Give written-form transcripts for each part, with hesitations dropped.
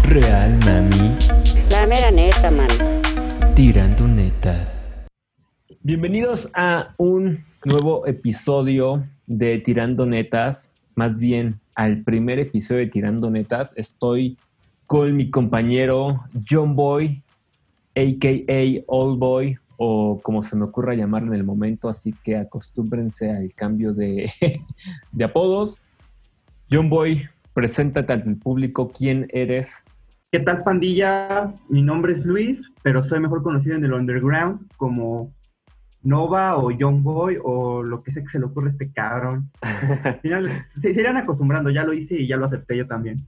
Real, mami. La mera neta, man. Tirando netas. Bienvenidos a un nuevo episodio de Tirando Netas. Más bien, al primer episodio de Tirando Netas. Estoy con mi compañero John Boy, a.k.a. Old Boy, o como se me ocurra llamarlo en el momento, así que acostúmbrense al cambio de apodos. John Boy, preséntate al público, ¿quién eres? ¿Qué tal, pandilla? Mi nombre es Luis, pero soy mejor conocido en el underground como Nova o Young Boy o lo que sea que se le ocurre a este cabrón. Al final, se irán acostumbrando, ya lo hice y ya lo acepté yo también.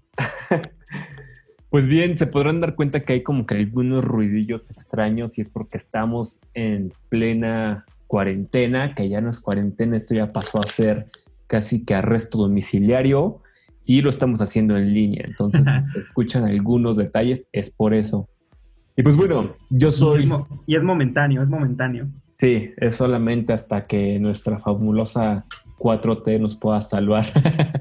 Pues bien, se podrán dar cuenta que hay como que algunos ruidillos extraños y es porque estamos en plena cuarentena, que ya no es cuarentena, esto ya pasó a ser casi que arresto domiciliario y lo estamos haciendo en línea. Entonces, si se escuchan algunos detalles, es por eso. Y pues bueno, yo soy... Y es momentáneo, es momentáneo. Sí, es solamente hasta que nuestra fabulosa 4T nos pueda salvar.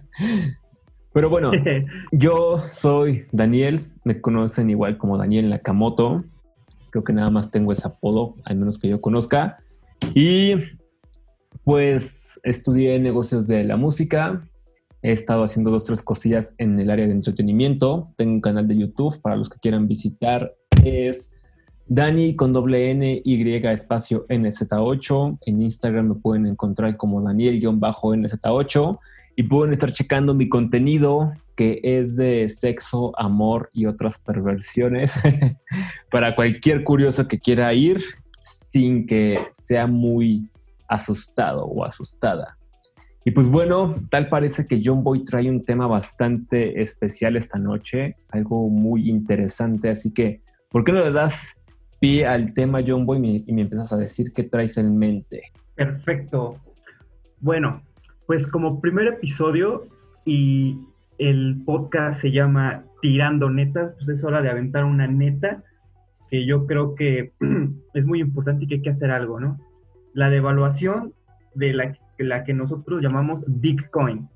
Pero bueno, yo soy Daniel, me conocen igual como Daniel Nakamoto, creo que nada más tengo ese apodo, al menos que yo conozca, y pues estudié negocios de la música, he estado haciendo 2-3 cosillas en el área de entretenimiento, tengo un canal de YouTube para los que quieran visitar, es Dani con doble N, Y, espacio NZ8, en Instagram me pueden encontrar como Daniel-NZ8, y pueden estar checando mi contenido que es de sexo, amor y otras perversiones para cualquier curioso que quiera ir sin que sea muy asustado o asustada. Y pues bueno, tal parece que John Boy trae un tema bastante especial esta noche, algo muy interesante, así que ¿por qué no le das pie al tema, John Boy, y me empiezas a decir qué traes en mente? Perfecto. Bueno, pues como primer episodio y el podcast se llama Tirando Netas, pues es hora de aventar una neta que yo creo que es muy importante y que hay que hacer algo, ¿no? La devaluación de la que nosotros llamamos Bitcoin.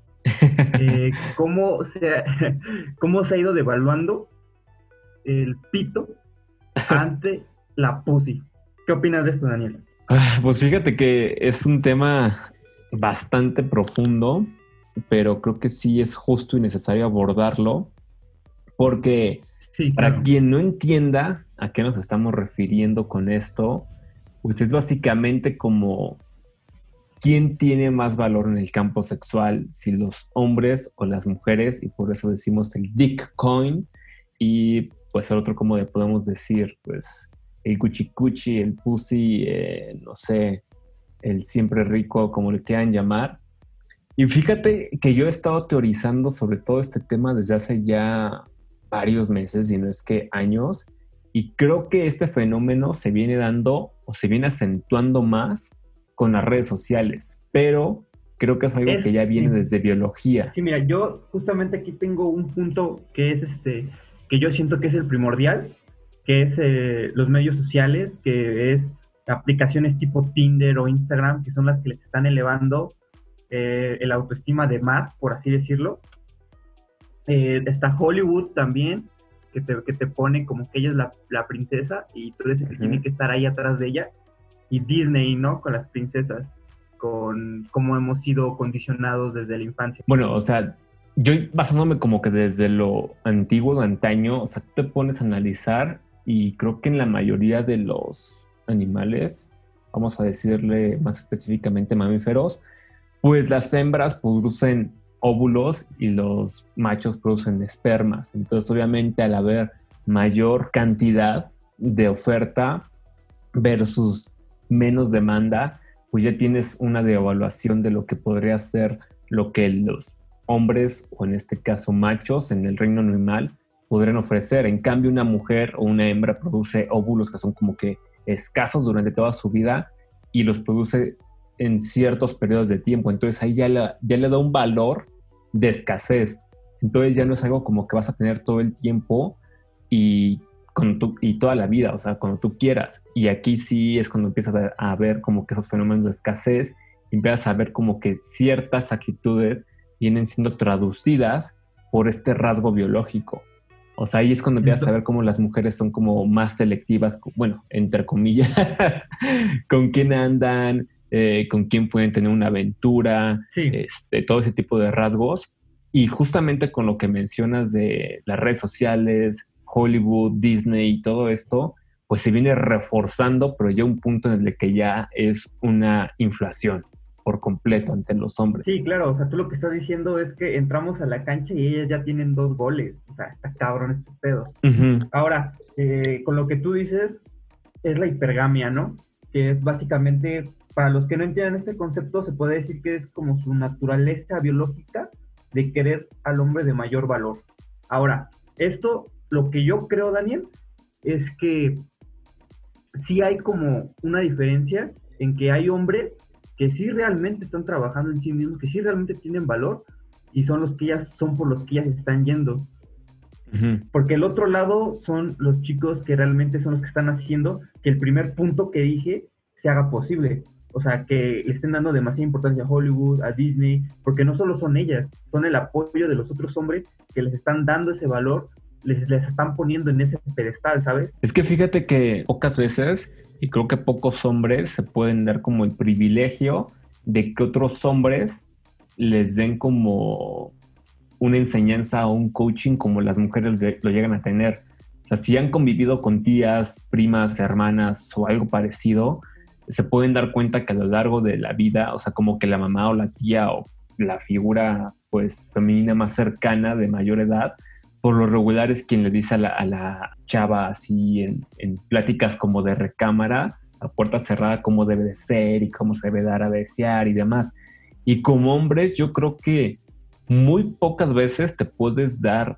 ¿Cómo se ha ido devaluando el pito ante la pussy? ¿Qué opinas de esto, Daniel? Pues fíjate que es un tema bastante profundo, pero creo que sí es justo y necesario abordarlo, porque sí, para claro. quien no entienda a qué nos estamos refiriendo con esto, pues es básicamente como quién tiene más valor en el campo sexual, si los hombres o las mujeres, y por eso decimos el Dick Coin, y pues el otro, como le podemos decir, pues el cuchicuchi, el pussy, no sé, el siempre rico, como le quieran llamar. Y fíjate que yo he estado teorizando sobre todo este tema desde hace ya varios meses, y no es que años, y creo que este fenómeno se viene dando o se viene acentuando más con las redes sociales, pero creo que es algo que ya viene desde biología. Sí, mira, yo justamente aquí tengo un punto que es que yo siento que es el primordial, que es los medios sociales, que es aplicaciones tipo Tinder o Instagram, que son las que les están elevando el autoestima de más, por así decirlo. Está Hollywood también, que te pone como que ella es la princesa y tú eres el que tiene que estar ahí atrás de ella. Y Disney, ¿no? Con las princesas, con cómo hemos sido condicionados desde la infancia. Bueno, o sea, yo basándome como que desde lo antiguo, de antaño, o sea, tú te pones a analizar y creo que en la mayoría de los animales, vamos a decirle más específicamente mamíferos, pues las hembras producen óvulos y los machos producen espermas. Entonces, obviamente, al haber mayor cantidad de oferta versus menos demanda, pues ya tienes una devaluación de lo que podría ser lo que los hombres, o en este caso machos, en el reino animal, podrían ofrecer. En cambio, una mujer o una hembra produce óvulos que son como que escasos durante toda su vida y los produce en ciertos periodos de tiempo. Entonces ahí ya le da un valor de escasez. Entonces ya no es algo como que vas a tener todo el tiempo y toda la vida, o sea, cuando tú quieras. Y aquí sí es cuando empiezas a ver como que esos fenómenos de escasez, y empiezas a ver como que ciertas actitudes vienen siendo traducidas por este rasgo biológico. O sea, ahí es cuando empiezas a ver cómo las mujeres son como más selectivas, bueno, entre comillas, con quién andan, con quién pueden tener una aventura, Sí. Todo ese tipo de rasgos. Y justamente con lo que mencionas de las redes sociales, Hollywood, Disney y todo esto, pues se viene reforzando, pero ya un punto en el que ya es una inflación por completo ante los hombres. Sí, claro, o sea, tú lo que estás diciendo es que entramos a la cancha y ellas ya tienen 2 goles. O sea, está cabrón este pedo. Uh-huh. Ahora, con lo que tú dices, es la hipergamia, ¿no? Que es básicamente, para los que no entiendan este concepto, se puede decir que es como su naturaleza biológica de querer al hombre de mayor valor. Ahora, esto, lo que yo creo, Daniel, es que sí hay como una diferencia en que hay hombres que sí realmente están trabajando en sí mismos, que sí realmente tienen valor, y son por los que ellas están yendo. Uh-huh. Porque el otro lado son los chicos que realmente son los que están haciendo que el primer punto que dije se haga posible. O sea, que le estén dando demasiada importancia a Hollywood, a Disney, porque no solo son ellas, son el apoyo de los otros hombres que les están dando ese valor, les están poniendo en ese pedestal, ¿sabes? Es que fíjate que pocas veces, y creo que pocos hombres se pueden dar como el privilegio de que otros hombres les den como una enseñanza o un coaching como las mujeres lo llegan a tener. O sea, si han convivido con tías, primas, hermanas o algo parecido, se pueden dar cuenta que a lo largo de la vida, o sea, como que la mamá o la tía o la figura pues femenina más cercana de mayor edad, por lo regular es quien le dice a la chava así en pláticas como de recámara, a puerta cerrada, cómo debe de ser y cómo se debe dar a desear y demás. Y como hombres, yo creo que muy pocas veces te puedes dar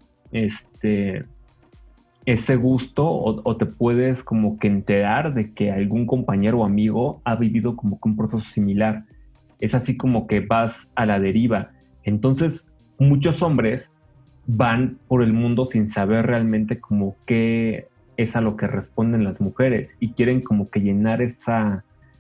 ese gusto o te puedes como que enterar de que algún compañero o amigo ha vivido como que un proceso similar. Es así como que vas a la deriva. Entonces, muchos hombres van por el mundo sin saber realmente como qué es a lo que responden las mujeres y quieren como que llenar esa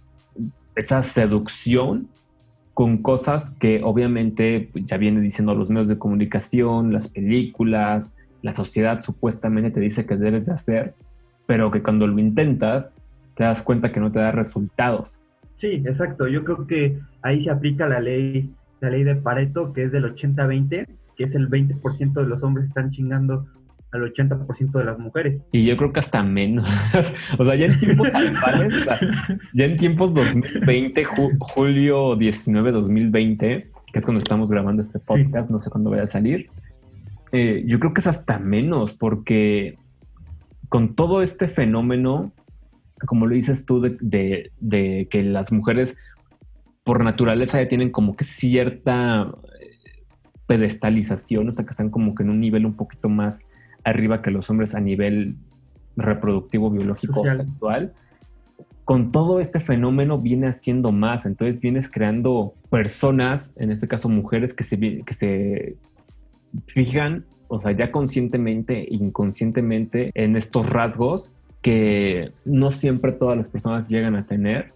seducción con cosas que obviamente ya viene diciendo los medios de comunicación, las películas, la sociedad supuestamente te dice que debes de hacer, pero que cuando lo intentas te das cuenta que no te da resultados. Sí, exacto. Yo creo que ahí se aplica la ley de Pareto, que es del 80-20, que es el 20% de los hombres están chingando al 80% de las mujeres. Y yo creo que hasta menos. O sea, ya en tiempos actuales, o sea, ya en tiempos 2020, julio 19, 2020, que es cuando estamos grabando este podcast, no sé cuándo vaya a salir, yo creo que es hasta menos, porque con todo este fenómeno, como lo dices tú, de que las mujeres por naturaleza ya tienen como que cierta pedestalización, o sea, que están como que en un nivel un poquito más arriba que los hombres a nivel reproductivo, biológico o sexual. Con todo este fenómeno viene haciendo más, entonces vienes creando personas, en este caso mujeres, que se fijan, o sea, ya conscientemente e inconscientemente en estos rasgos que no siempre todas las personas llegan a tener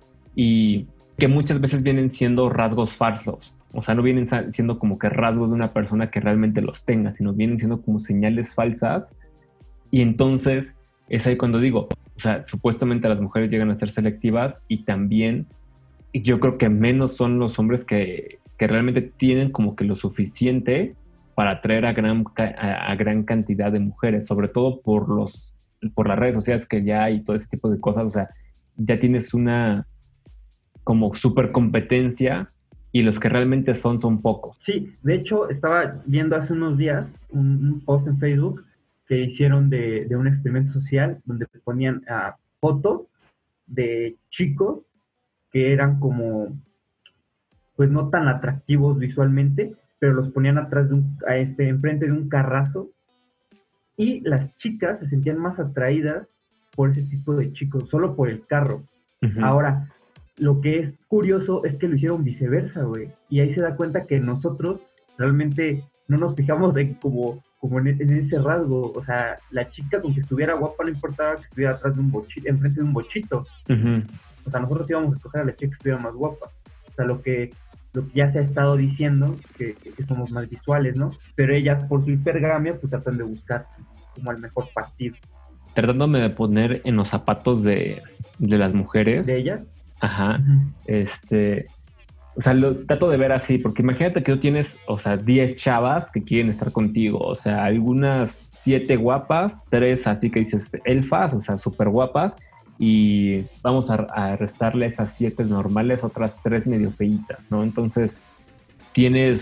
y que muchas veces vienen siendo rasgos falsos. O sea, no vienen siendo como que rasgos de una persona que realmente los tenga, sino vienen siendo como señales falsas. Y entonces es ahí cuando digo, o sea, supuestamente las mujeres llegan a ser selectivas y también yo creo que menos son los hombres que realmente tienen como que lo suficiente para atraer a gran cantidad de mujeres, sobre todo por las redes sociales que ya hay y todo ese tipo de cosas. O sea, ya tienes una como super competencia y los que realmente son pocos. Sí, de hecho estaba viendo hace unos días un post en Facebook que hicieron de un experimento social donde ponían fotos de chicos que eran como, pues no tan atractivos visualmente, pero los ponían atrás enfrente de un carrazo, y las chicas se sentían más atraídas por ese tipo de chicos, solo por el carro. Uh-huh. Ahora, lo que es curioso es que lo hicieron viceversa, güey. Y ahí se da cuenta que nosotros realmente no nos fijamos como en ese rasgo. O sea, la chica con que estuviera guapa no importaba que estuviera atrás de un bochito, enfrente de un bochito. Uh-huh. O sea, nosotros íbamos a escoger a la chica que estuviera más guapa. O sea, lo que ya se ha estado diciendo, que somos más visuales, ¿no? Pero ellas, por su hipergamia, pues tratan de buscar como el mejor partido. Tratándome de poner en los zapatos de las mujeres. ¿De ellas? Ajá. O sea, lo trato de ver así, porque imagínate que tú tienes, o sea, 10 chavas que quieren estar contigo, o sea, algunas 7 guapas, 3 así que dices elfas, o sea, súper guapas, y vamos a restarle esas 7 normales, otras 3 medio feitas, ¿no? Entonces, tienes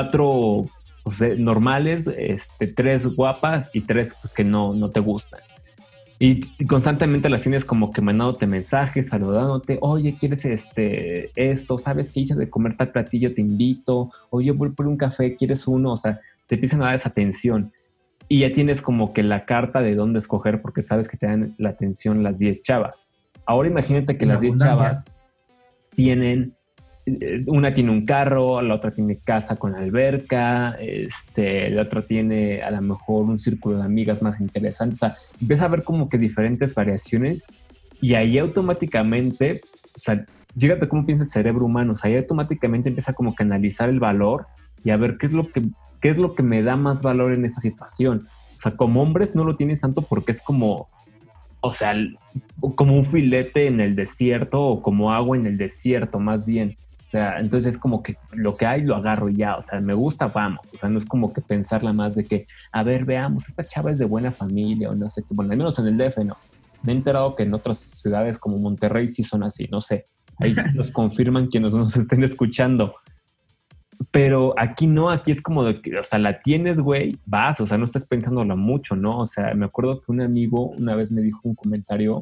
4 pues, normales, 3 guapas y 3 pues, que no te gustan. Y constantemente las tienes como que mandándote mensajes, saludándote, oye, ¿quieres esto? ¿Sabes qué hice de comer tal platillo? Te invito. Oye, voy por un café, ¿quieres uno? O sea, te empiezan a dar esa atención. Y ya tienes como que la carta de dónde escoger porque sabes que te dan la atención las 10 chavas. Ahora imagínate que las 10 chavas tienen... Una tiene un carro, la otra tiene casa con alberca, la otra tiene a lo mejor un círculo de amigas más interesante. O sea, empieza a ver como que diferentes variaciones y ahí automáticamente, o sea, fíjate cómo piensa el cerebro humano, o sea, ahí automáticamente empieza como que a analizar el valor y a ver qué es lo que me da más valor en esta situación. O sea, como hombres no lo tienes tanto porque es como, o sea, como un filete en el desierto o como agua en el desierto, más bien. O sea, entonces es como que lo que hay lo agarro y ya, o sea, me gusta, vamos. O sea, no es como que pensarla más de que, a ver, veamos, esta chava es de buena familia o no sé qué. Bueno, al menos en el DF no. Me he enterado que en otras ciudades como Monterrey sí son así, no sé. Ahí nos confirman quienes nos estén escuchando. Pero aquí no, aquí es como de que, o sea, la tienes, güey, vas, o sea, no estás pensándolo mucho, ¿no? O sea, me acuerdo que un amigo una vez me dijo un comentario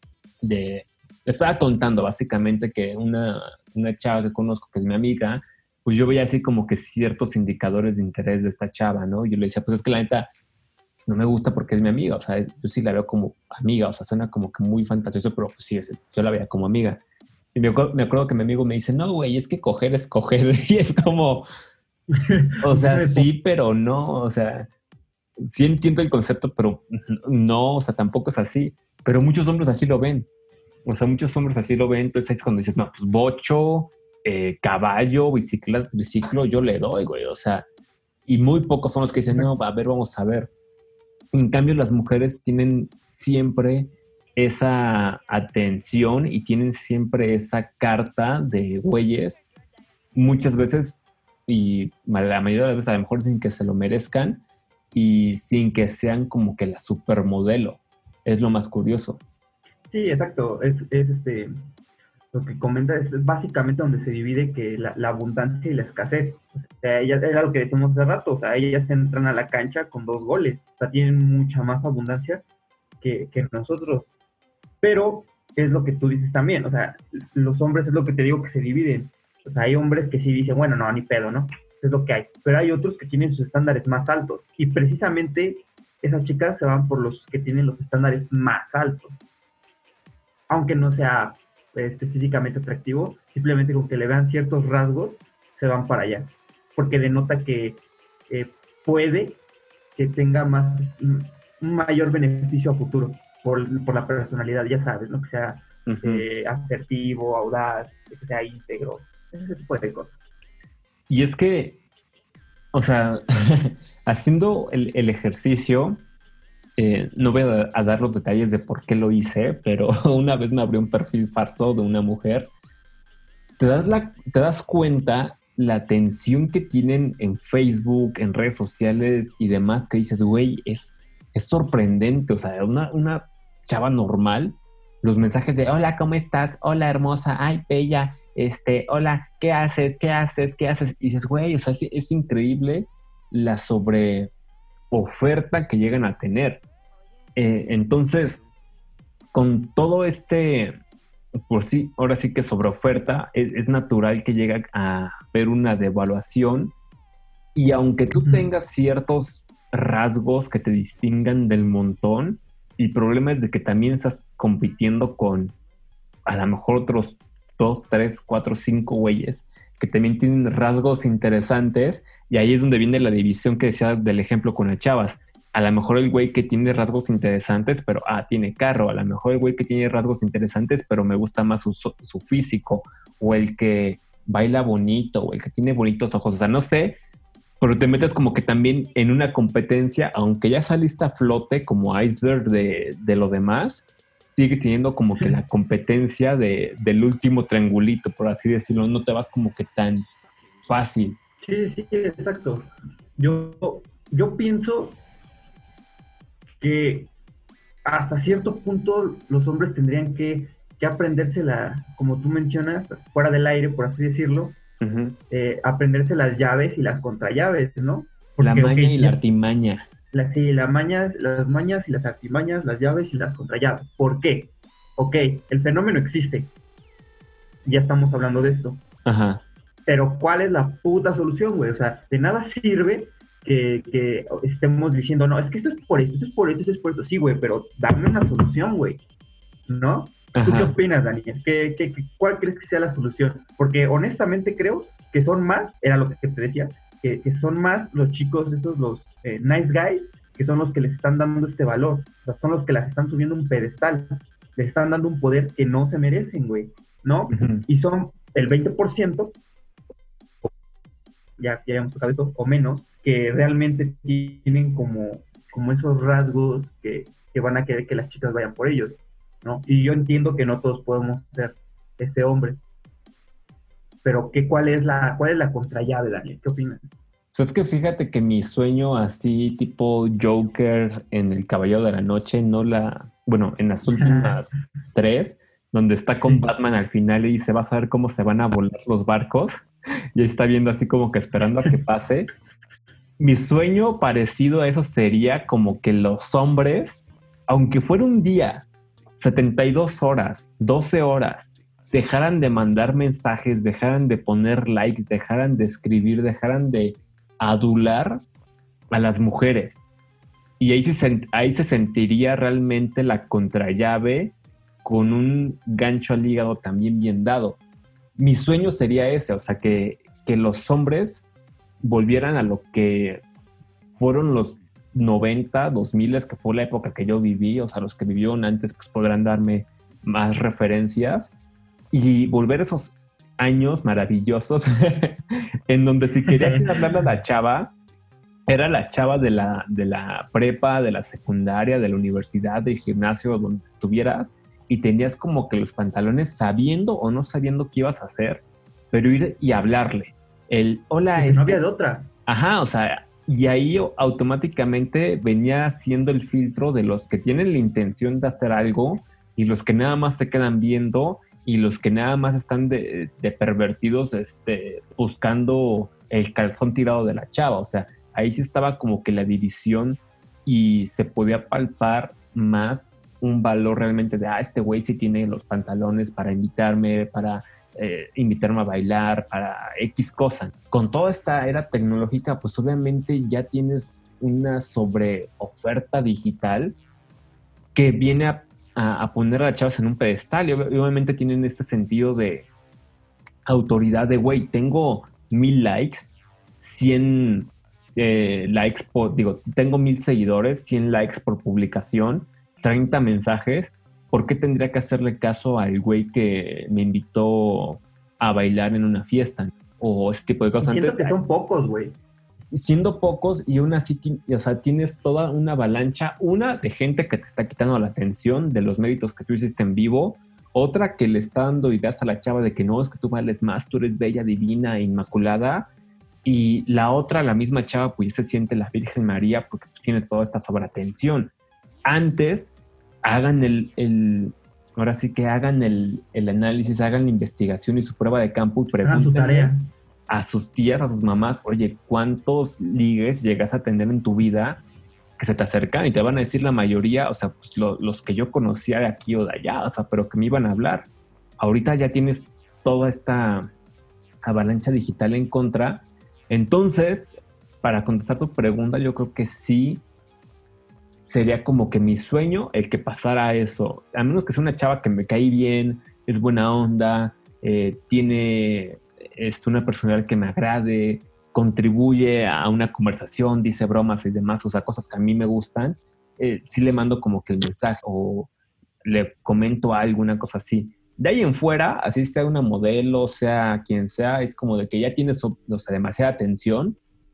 le estaba contando básicamente que una chava que conozco, que es mi amiga, pues yo veía así como que ciertos indicadores de interés de esta chava, ¿no? Yo le decía, pues es que la neta no me gusta porque es mi amiga, o sea, yo sí la veo como amiga, o sea, suena como que muy fantasioso, pero pues sí, yo la veía como amiga. Y me acuerdo que mi amigo me dice, no, güey, es que coger es coger, y es como, o sea, sí, pero no, o sea, sí entiendo el concepto, pero no, o sea, tampoco es así, pero muchos hombres así lo ven. O sea, muchos hombres así lo ven, entonces es cuando dices, no, pues bocho, caballo, biciclo, yo le doy, güey, o sea, y muy pocos son los que dicen, no, a ver, vamos a ver. En cambio, las mujeres tienen siempre esa atención y tienen siempre esa carta de güeyes, muchas veces, y la mayoría de las veces a lo mejor sin que se lo merezcan y sin que sean como que la supermodelo. Es lo más curioso. Sí, exacto. Es lo que comenta es básicamente donde se divide que la abundancia y la escasez. O sea, ellas, era lo que decimos hace rato, o sea, ellas entran a la cancha con 2 goles, o sea, tienen mucha más abundancia que nosotros. Pero es lo que tú dices también, o sea, los hombres es lo que te digo que se dividen. O sea, hay hombres que sí dicen, bueno, no, ni pedo, ¿no? Es lo que hay. Pero hay otros que tienen sus estándares más altos. Y precisamente esas chicas se van por los que tienen los estándares más altos. Aunque no sea físicamente atractivo, simplemente con que le vean ciertos rasgos, se van para allá. Porque denota que puede que tenga un mayor beneficio a futuro por la personalidad, ya sabes, ¿no? Que sea asertivo, audaz, que sea íntegro, ese tipo de cosas. Y es que, o sea, haciendo el ejercicio, no voy a dar los detalles de por qué lo hice, pero una vez me abrió un perfil falso de una mujer. Te das cuenta la atención que tienen en Facebook, en redes sociales y demás, que dices, güey, es sorprendente. O sea, una chava normal, los mensajes de, hola, ¿cómo estás? Hola, hermosa, ay, bella, hola, ¿qué haces? ¿Qué haces? ¿Qué haces? Y dices, güey, o sea, es increíble la oferta que llegan a tener. Entonces, con todo por sí, ahora sí que sobre oferta, es natural que llegue a haber una devaluación y aunque tú tengas ciertos rasgos que te distingan del montón, el problema es de que también estás compitiendo con a lo mejor otros 2, 3, 4, 5 güeyes que también tienen rasgos interesantes y ahí es donde viene la división que decía del ejemplo con las chavas. A lo mejor el güey que tiene rasgos interesantes, pero tiene carro. A lo mejor el güey que tiene rasgos interesantes, pero me gusta más su físico. O el que baila bonito, o el que tiene bonitos ojos. O sea, no sé, pero te metes como que también en una competencia, aunque ya saliste a flote como iceberg de lo demás, sigues teniendo como que la competencia del último triangulito, por así decirlo, no te vas como que tan fácil. Sí, exacto. Yo pienso que hasta cierto punto los hombres tendrían que aprendérsela, como tú mencionas, fuera del aire, por así decirlo, Uh-huh. aprenderse las llaves y las contrallaves, ¿no? La maña y la artimaña. Sí, las mañas y las artimañas, las llaves y las contrallaves. ¿Por qué? Ok, el fenómeno existe. Ya estamos hablando de esto. Ajá. Pero ¿cuál es la puta solución, güey? O sea, de nada sirve que estemos diciendo, no, es que esto es por esto, esto es por esto, esto es por esto. Sí, güey, pero dame una solución, güey. ¿No? Ajá. ¿Tú qué opinas, Daniel? ¿Cuál crees que sea la solución? Porque honestamente creo que son más, era lo que te decía, que son más los chicos, esos los nice guys, que son los que les están dando este valor. O sea, son los que las están subiendo a un pedestal. Les están dando un poder que no se merecen, güey. ¿No? Uh-huh. Y son el 20%, ya habíamos tocado eso, o menos, que realmente tienen como esos rasgos que van a querer que las chicas vayan por ellos, ¿no? Y yo entiendo que no todos podemos ser ese hombre, pero ¿cuál es la contrallave, Daniel? ¿Qué opinas? Pues es que fíjate que mi sueño así tipo Joker en El Caballero de la Noche, en las últimas 3, donde está con Batman al final y se va a saber cómo se van a volar los barcos, y está viendo así como que esperando a que pase. Mi sueño parecido a eso sería como que los hombres, aunque fuera un día, 72 horas, 12 horas, dejaran de mandar mensajes, dejaran de poner likes, dejaran de escribir, dejaran de adular a las mujeres. Y ahí se sentiría realmente la contrallave con un gancho al hígado también bien dado. Mi sueño sería ese, o sea, que los hombres volvieran a lo que fueron los 90, 2000, que fue la época que yo viví, o sea, los que vivieron antes pues podrán darme más referencias, y volver a esos años maravillosos en donde si querías hablarle a la chava, era la chava de la prepa, de la secundaria, de la universidad, del gimnasio, donde estuvieras, y tenías como que los pantalones sabiendo o no sabiendo qué ibas a hacer, pero ir y hablarle. Hola, no había de otra. Ajá, o sea, y ahí automáticamente venía siendo el filtro de los que tienen la intención de hacer algo y los que nada más te quedan viendo y los que nada más están de pervertidos buscando el calzón tirado de la chava. O sea, ahí sí estaba como que la división y se podía palpar más un valor realmente de, este güey sí tiene los pantalones para invitarme, para invitarme a bailar, para X cosas. Con toda esta era tecnológica, pues obviamente ya tienes una sobreoferta digital que viene a poner a las chavas en un pedestal, y obviamente tienen este sentido de autoridad de, güey, tengo 1000 likes, 100 likes tengo 1000 seguidores, 100 likes por publicación, 30 mensajes. ¿Por qué tendría que hacerle caso al güey que me invitó a bailar en una fiesta? O ese tipo de cosas. Siento que son pocos, güey. Siendo pocos, y aún así, o sea, tienes toda una avalancha, una de gente que te está quitando la atención de los méritos que tú hiciste en vivo, otra que le está dando ideas a la chava de que no, es que tú vales más, tú eres bella, divina, inmaculada, y la otra, la misma chava, pues se siente la Virgen María porque tiene toda esta sobreatención. Antes, hagan ahora sí que hagan el análisis, hagan la investigación y su prueba de campo y pregúntenle a sus tías, a sus mamás, oye, ¿cuántos ligues llegas a tener en tu vida que se te acercan? Y te van a decir la mayoría, o sea, pues los que yo conocía de aquí o de allá, o sea, pero que me iban a hablar. Ahorita ya tienes toda esta avalancha digital en contra. Entonces, para contestar tu pregunta, yo creo que sí sería como que mi sueño el que pasara eso. A menos que sea una chava que me cae bien, es buena onda, tiene una personalidad que me agrade, contribuye a una conversación, dice bromas y demás, o sea, cosas que a mí me gustan, sí le mando como que el mensaje o le comento algo, una cosa así. De ahí en fuera, así sea una modelo, sea quien sea, es como de que ya tienes, o sea, demasiada atención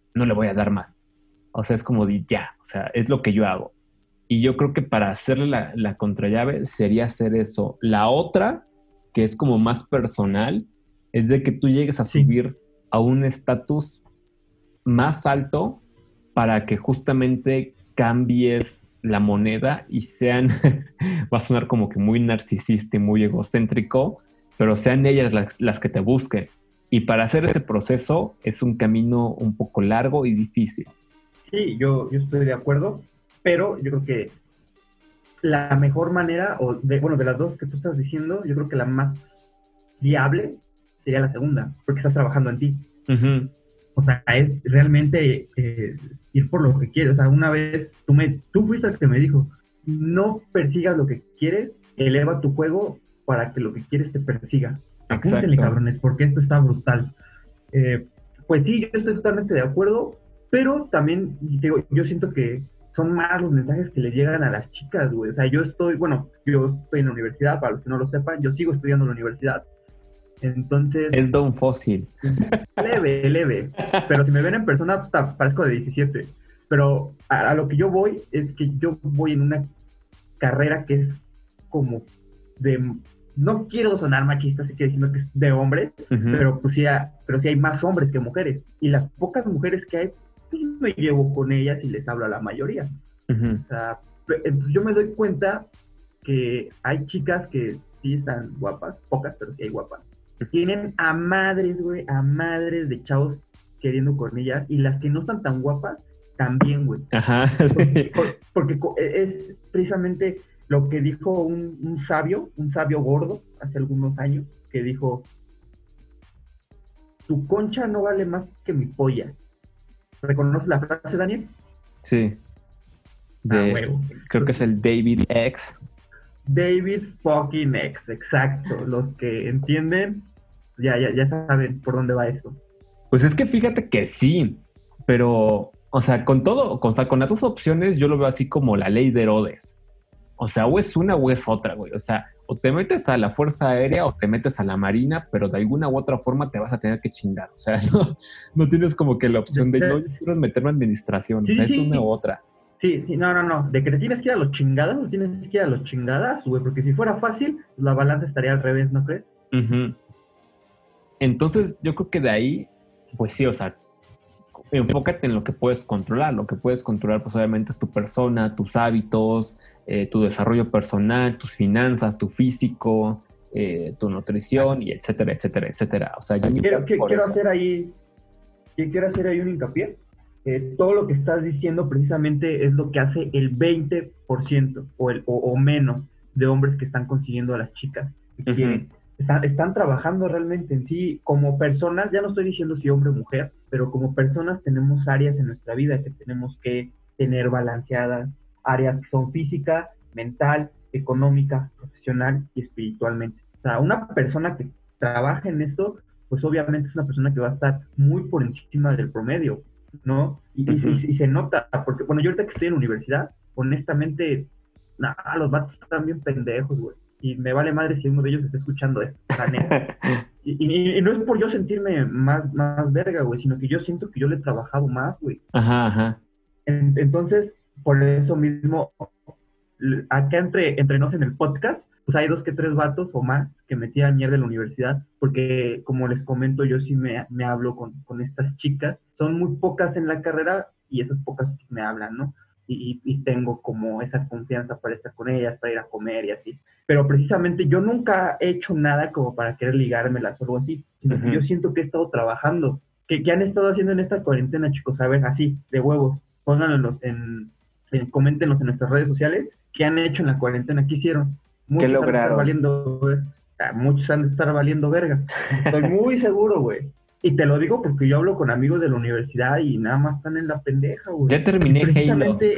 no le voy a dar más. O sea, es como de ya, o sea, es lo que yo hago. Y yo creo que para hacerle la contrallave sería hacer eso. La otra, que es como más personal, es de que tú llegues a subir a un estatus más alto para que justamente cambies la moneda y sean, va a sonar como que muy narcisista y muy egocéntrico, pero sean ellas las que te busquen. Y para hacer ese proceso es un camino un poco largo y difícil. Sí, yo estoy de acuerdo, pero yo creo que la mejor manera, de las dos que tú estás diciendo, yo creo que la más viable sería la segunda, porque estás trabajando en ti. Uh-huh. O sea, es realmente ir por lo que quieres. O sea, una vez tú fuiste el que me dijo, no persigas lo que quieres, eleva tu juego para que lo que quieres te persiga. Apúntenle, cabrones, porque esto está brutal. Pues sí, yo estoy totalmente de acuerdo, pero también digo, yo siento que son más los mensajes que le llegan a las chicas, güey. O sea, yo estoy en la universidad, para los que no lo sepan, yo sigo estudiando en la universidad. Entonces... Es Don Fósil. Leve. Pero si me ven en persona, pues parezco de 17. Pero a lo que yo voy es que yo voy en una carrera que es como de... No quiero sonar machista, así que diciendo que es de hombres, uh-huh. pero sí hay más hombres que mujeres. Y las pocas mujeres que hay, pues me llevo con ellas y les hablo a la mayoría. Uh-huh. O sea, entonces yo me doy cuenta que hay chicas que sí están guapas, pocas, pero sí hay guapas. Tienen a madres, güey, a madres de chavos queriendo con ellas, y las que no están tan guapas, también, güey. Ajá. Porque es precisamente lo que dijo un sabio gordo, hace algunos años, que dijo, tu concha no vale más que mi polla. ¿Reconoces la frase, Daniel? Sí. Creo que es el David X. David fucking X, exacto. Los que entienden, ya saben por dónde va esto. Pues es que fíjate que sí, pero, o sea, con las dos opciones yo lo veo así como la ley de Herodes. O sea, o es una o es otra, güey. O sea, o te metes a la Fuerza Aérea o te metes a la Marina, pero de alguna u otra forma te vas a tener que chingar. O sea, no tienes como que la opción de yo quiero meterme en administración. Sí, o sea, es una u otra. Sí, no. De que te tienes que ir a los chingadas, o tienes que ir a los chingadas, güey, porque si fuera fácil, la balanza estaría al revés, ¿no crees? Uh-huh. Entonces, yo creo que de ahí, pues sí, o sea, enfócate en lo que puedes controlar. Lo que puedes controlar, pues obviamente es tu persona, tus hábitos, tu desarrollo personal, tus finanzas, tu físico, tu nutrición, y etcétera, etcétera, etcétera. O sea, yo quiero hacer ahí un hincapié. Todo lo que estás diciendo precisamente es lo que hace el 20% o menos de hombres que están consiguiendo a las chicas. Uh-huh. Están trabajando realmente en sí. Como personas, ya no estoy diciendo si hombre o mujer, pero como personas tenemos áreas en nuestra vida que tenemos que tener balanceadas, áreas que son física, mental, económica, profesional y espiritualmente. O sea, una persona que trabaja en esto, pues obviamente es una persona que va a estar muy por encima del promedio, ¿no? Y se nota, porque, bueno, yo ahorita que estoy en universidad, honestamente, los vatos están bien pendejos, güey. Y me vale madre si uno de ellos está escuchando esto, la neta. Y no es por yo sentirme más verga, güey, sino que yo siento que yo le he trabajado más, güey. Ajá. Entonces, por eso mismo, acá entre nos en el podcast, pues hay 2 que 3 vatos o más que me tiran mierda de la universidad, porque como les comento, yo sí me hablo con estas chicas. Son muy pocas en la carrera y esas pocas me hablan, ¿no? Y tengo como esa confianza para estar con ellas, para ir a comer y así. Pero precisamente yo nunca he hecho nada como para querer ligármelas o algo así, sino que yo siento que he estado trabajando. ¿Qué han estado haciendo en esta cuarentena, chicos? A ver, así, de huevos. Pónganlos coméntenos en nuestras redes sociales qué han hecho en la cuarentena, qué hicieron. ¿Qué lograron? Muchos han de estar valiendo verga. Estoy muy seguro, güey. Y te lo digo porque yo hablo con amigos de la universidad y nada más están en la pendeja, güey. Ya terminé Halo. O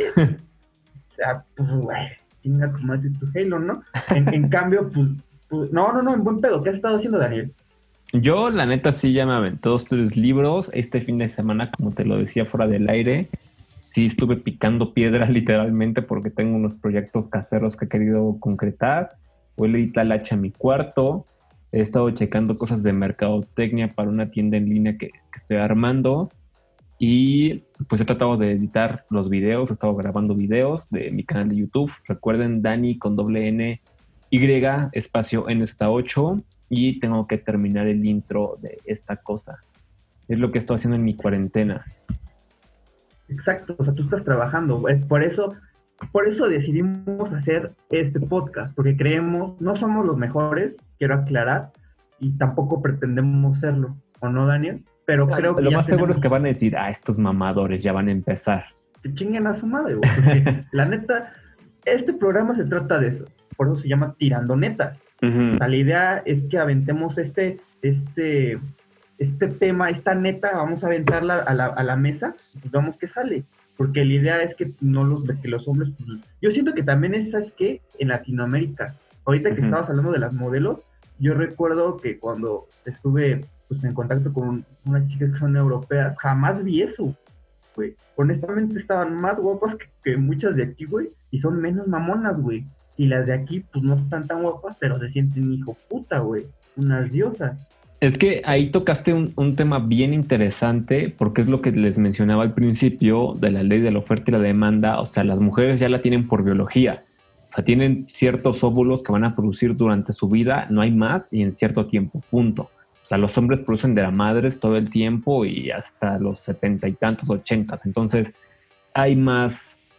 sea, pues, güey, chinga como haces tu Halo, ¿no? En cambio, pues, no, en buen pedo. ¿Qué has estado haciendo, Daniel? Yo, la neta, sí ya me aventé 2, 3 libros. Este fin de semana, como te lo decía fuera del aire, sí estuve picando piedras literalmente porque tengo unos proyectos caseros que he querido concretar. Hoy leí Talacha a mi cuarto. He estado checando cosas de mercadotecnia para una tienda en línea que estoy armando. Y pues he tratado de editar los videos, he estado grabando videos de mi canal de YouTube. Recuerden, Dani con doble N, Y, espacio NZ8. Y tengo que terminar el intro de esta cosa. Es lo que estoy haciendo en mi cuarentena. Exacto, o sea, tú estás trabajando. Por eso decidimos hacer este podcast, porque creemos, no somos los mejores, quiero aclarar, y tampoco pretendemos serlo, ¿o no, Daniel? Pero creo que lo más seguro es que van a decir, estos mamadores ya van a empezar. Que chinguen a su madre, güey, porque la neta, este programa se trata de eso, por eso se llama Tirando Netas. Uh-huh. O sea, la idea es que aventemos este tema, esta neta, vamos a aventarla a la mesa, y vemos qué sale. Porque la idea es que que los hombres, pues, yo siento que también es, ¿sabes qué? En Latinoamérica, ahorita que estabas hablando de las modelos, yo recuerdo que cuando estuve pues en contacto con unas chicas que son europeas, jamás vi eso, güey. Honestamente estaban más guapas que muchas de aquí, güey, y son menos mamonas, güey. Y las de aquí, pues no están tan guapas, pero se sienten hijo puta, güey. Unas diosas. Es que ahí tocaste un tema bien interesante, porque es lo que les mencionaba al principio de la ley de la oferta y la demanda. O sea, las mujeres ya la tienen por biología. O sea, tienen ciertos óvulos que van a producir durante su vida, no hay más, y en cierto tiempo, punto. O sea, los hombres producen de las madres todo el tiempo y hasta los 70 y tantos, 80. Entonces, hay más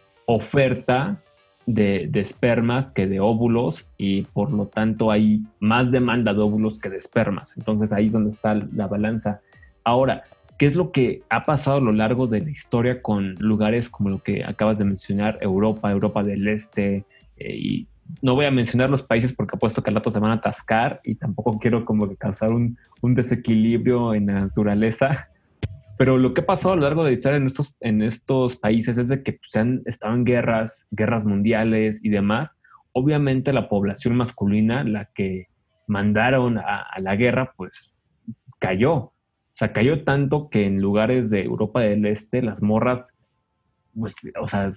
oferta de espermas que de óvulos, y por lo tanto hay más demanda de óvulos que de espermas. Entonces ahí es donde está la balanza. Ahora, ¿qué es lo que ha pasado a lo largo de la historia con lugares como lo que acabas de mencionar, Europa del Este? Y no voy a mencionar los países porque apuesto que al rato se van a atascar y tampoco quiero como que causar un desequilibrio en la naturaleza. Pero lo que ha pasado a lo largo de la historia en estos países es de que pues, han estado en guerras mundiales y demás. Obviamente la población masculina, la que mandaron a la guerra, pues cayó. O sea, cayó tanto que en lugares de Europa del Este las morras, pues, o sea,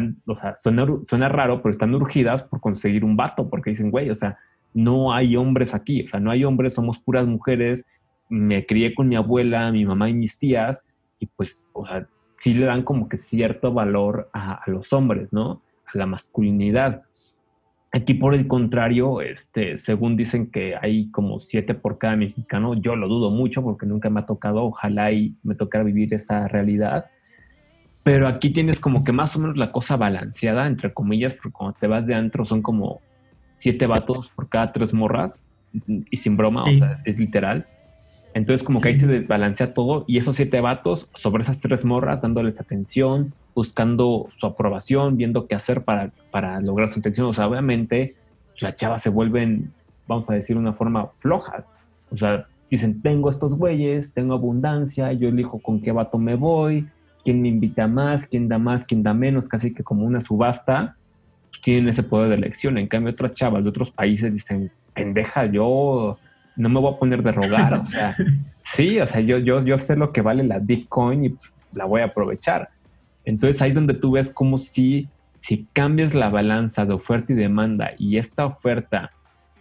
suena raro, pero están urgidas por conseguir un vato, porque dicen, güey, o sea, no hay hombres aquí, o sea, no hay hombres, somos puras mujeres. Me crié con mi abuela, mi mamá y mis tías, y pues, o sea, sí le dan como que cierto valor a los hombres, ¿no? A la masculinidad. Aquí, por el contrario, según dicen que hay como 7 por cada mexicano, yo lo dudo mucho porque nunca me ha tocado, ojalá y me tocara vivir esa realidad. Pero aquí tienes como que más o menos la cosa balanceada, entre comillas, porque cuando te vas de antro son como 7 vatos por cada 3 morras, y sin broma, sí. O sea, es literal. Entonces como que ahí se desbalancea todo, y esos 7 vatos sobre esas 3 morras dándoles atención, buscando su aprobación, viendo qué hacer para lograr su atención. O sea, obviamente las chavas se vuelven, vamos a decir una forma, flojas. O sea, dicen, tengo estos güeyes, tengo abundancia, yo elijo con qué vato me voy, quién me invita más, quién da menos, casi que como una subasta. Tienen ese poder de elección. En cambio otras chavas de otros países dicen, pendeja, yo no me voy a poner de rogar, o sea, sí, o sea, yo sé lo que vale la Bitcoin y pues, la voy a aprovechar. Entonces ahí es donde tú ves como si cambias la balanza de oferta y demanda, y esta oferta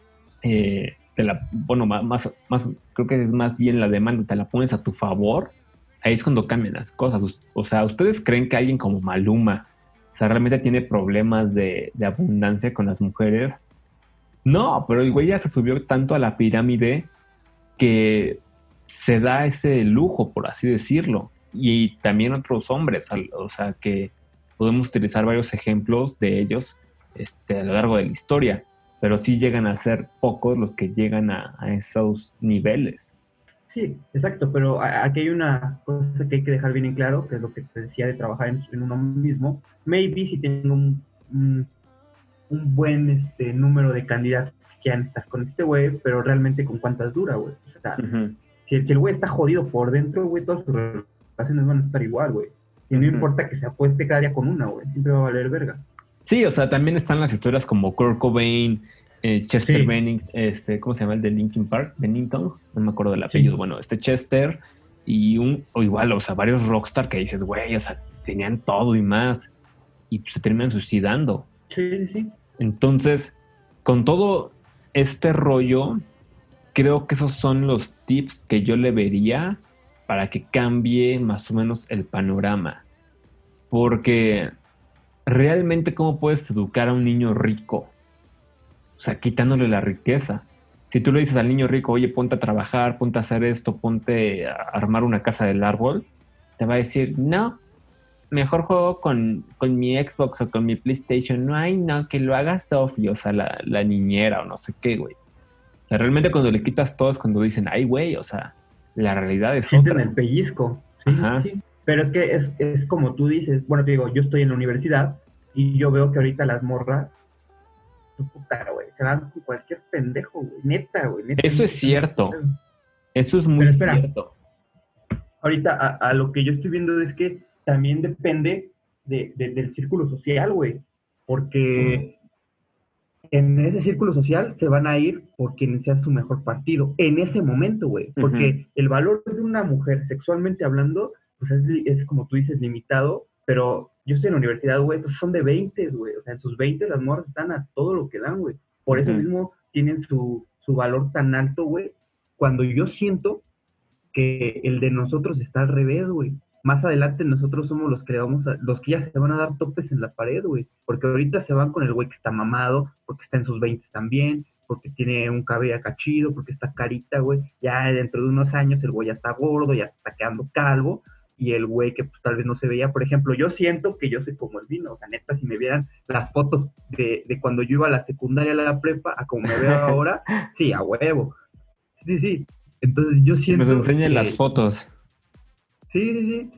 más creo que es más bien la demanda, te la pones a tu favor, ahí es cuando cambian las cosas. O sea, ¿ustedes creen que alguien como Maluma, o sea, realmente tiene problemas de abundancia con las mujeres? No, pero el güey ya se subió tanto a la pirámide que se da ese lujo, por así decirlo. Y también otros hombres, o sea, que podemos utilizar varios ejemplos de ellos a lo largo de la historia, pero sí llegan a ser pocos los que llegan a esos niveles. Sí, exacto, pero aquí hay una cosa que hay que dejar bien en claro, que es lo que te decía de trabajar en uno mismo. Maybe si tengo un buen número de candidatos que quieran estar con este güey, pero realmente con cuántas dura, güey. O sea, si el güey está jodido por dentro, güey, todas sus relaciones van a estar igual, güey. Y no importa que se apueste cada día con una, güey, siempre va a valer verga. Sí, o sea, también están las historias como Kurt Cobain, Chester Bennington, ¿cómo se llama el de Linkin Park? Bennington, no me acuerdo del apellido. Sí. Bueno, Chester y igual, o sea, varios rockstar que dices, güey, o sea, tenían todo y más, y se terminan suicidando. Sí. Entonces, con todo este rollo, creo que esos son los tips que yo le vería para que cambie más o menos el panorama. Porque realmente, ¿cómo puedes educar a un niño rico? O sea, quitándole la riqueza. Si tú le dices al niño rico, oye, ponte a trabajar, ponte a hacer esto, ponte a armar una casa del árbol, te va a decir, no, mejor juego con mi Xbox o con mi PlayStation. No, ay, no, que lo haga Sophie, o sea, la niñera o no sé qué, güey. O sea, realmente cuando le quitas todo es cuando dicen, ay, güey, o sea, la realidad es sienten otra. el pellizco. Sí, Ajá. sí. Pero es que es como tú dices, bueno, te digo, yo estoy en la universidad y yo veo que ahorita las morras, puta, güey, se van con cualquier pendejo, güey, neta, güey. Neta, Eso es cierto. Eso es muy Pero espera, cierto. ahorita a lo que yo estoy viendo es que también depende del círculo social, güey. Porque en ese círculo social se van a ir por quien sea su mejor partido. En ese momento, güey. Porque el valor de una mujer, sexualmente hablando, pues es como tú dices, limitado. Pero yo estoy en la universidad, güey, estos son de 20, güey. O sea, en sus 20 las morras están a todo lo que dan, güey. Por eso mismo tienen su valor tan alto, güey. Cuando yo siento que el de nosotros está al revés, güey. Más adelante nosotros somos los que los que ya se van a dar topes en la pared, güey. Porque ahorita se van con el güey que está mamado, porque está en sus 20 también, porque tiene un cabello acá chido, porque está carita, güey. Ya dentro de unos años el güey ya está gordo, ya está quedando calvo, y el güey que pues tal vez no se veía, por ejemplo, yo siento que yo soy como el vino, o sea, neta, si me vieran las fotos de cuando yo iba a la secundaria, a la prepa, a como me veo ahora, sí, a huevo. Sí, sí. Entonces yo siento Nos enseñen las fotos. Sí.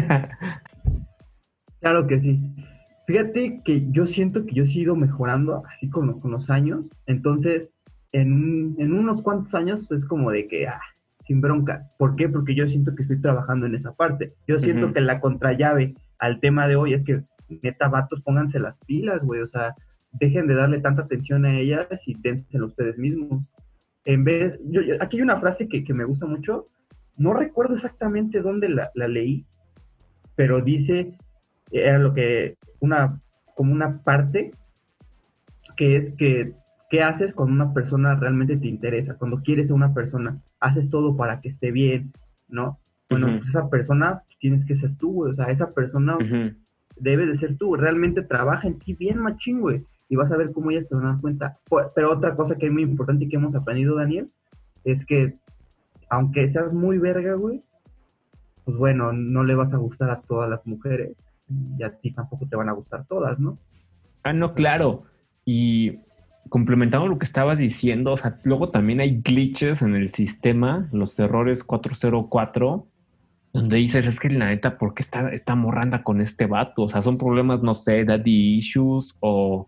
Claro que sí. Fíjate que yo siento que yo he ido mejorando así con los años. Entonces, en unos cuantos años es como de que, sin bronca. ¿Por qué? Porque yo siento que estoy trabajando en esa parte. Yo siento que la contrallave al tema de hoy es que, neta, vatos, pónganse las pilas, güey. O sea, dejen de darle tanta atención a ellas y dénselo ustedes mismos. En vez, aquí hay una frase que me gusta mucho. No recuerdo exactamente dónde la leí, pero dice, era lo que, como una parte, que es que, ¿qué haces cuando una persona realmente te interesa? Cuando quieres a una persona, haces todo para que esté bien, ¿no? Bueno, pues esa persona tienes que ser tú, güey, o sea, esa persona debe de ser tú, realmente trabaja en ti bien machín, güey, y vas a ver cómo ellas te van a dar cuenta. Pero otra cosa que es muy importante y que hemos aprendido, Daniel, es que aunque seas muy verga, güey, pues bueno, no le vas a gustar a todas las mujeres y a ti tampoco te van a gustar todas, ¿no? No, claro. Y complementando lo que estabas diciendo, o sea, luego también hay glitches en el sistema, los errores 404, donde dices, es que la neta, ¿por qué está morranda con este vato? O sea, son problemas, no sé, daddy issues o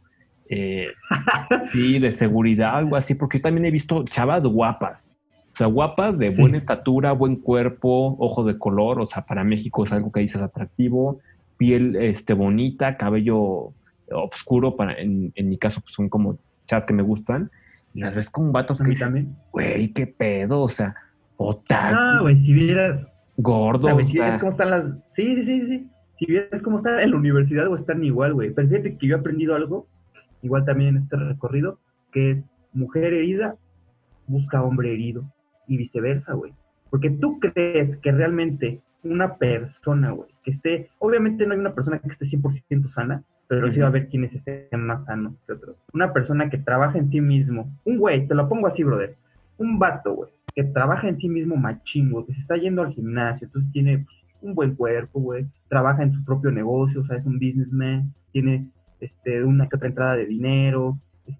sí, de seguridad, algo así, porque yo también he visto chavas guapas. O sea, guapas, de buena estatura, buen cuerpo, ojo de color, o sea, para México es algo que dices atractivo, piel bonita, cabello oscuro, en mi caso pues son como chavas que me gustan, y las ves con vatos a que mí también. Güey, qué pedo, o sea, otaku. No, güey, si vieras... Gordo, ¿sabes? Si vieras cómo están las... Sí. Si vieras cómo están en la universidad, o están igual, güey. Pero fíjate que yo he aprendido algo, igual también en este recorrido, que es mujer herida busca hombre herido. Y viceversa, güey. Porque tú crees que realmente una persona, güey, que esté... Obviamente no hay una persona que esté 100% sana, pero sí va a haber quienes estén más sanos que otros. Una persona que trabaja en sí mismo. Un güey, te lo pongo así, brother. Un vato, güey, que trabaja en sí mismo machín, güey, que se está yendo al gimnasio, entonces tiene pues, un buen cuerpo, güey. Trabaja en su propio negocio, o sea, es un businessman. Tiene una que otra entrada de dinero.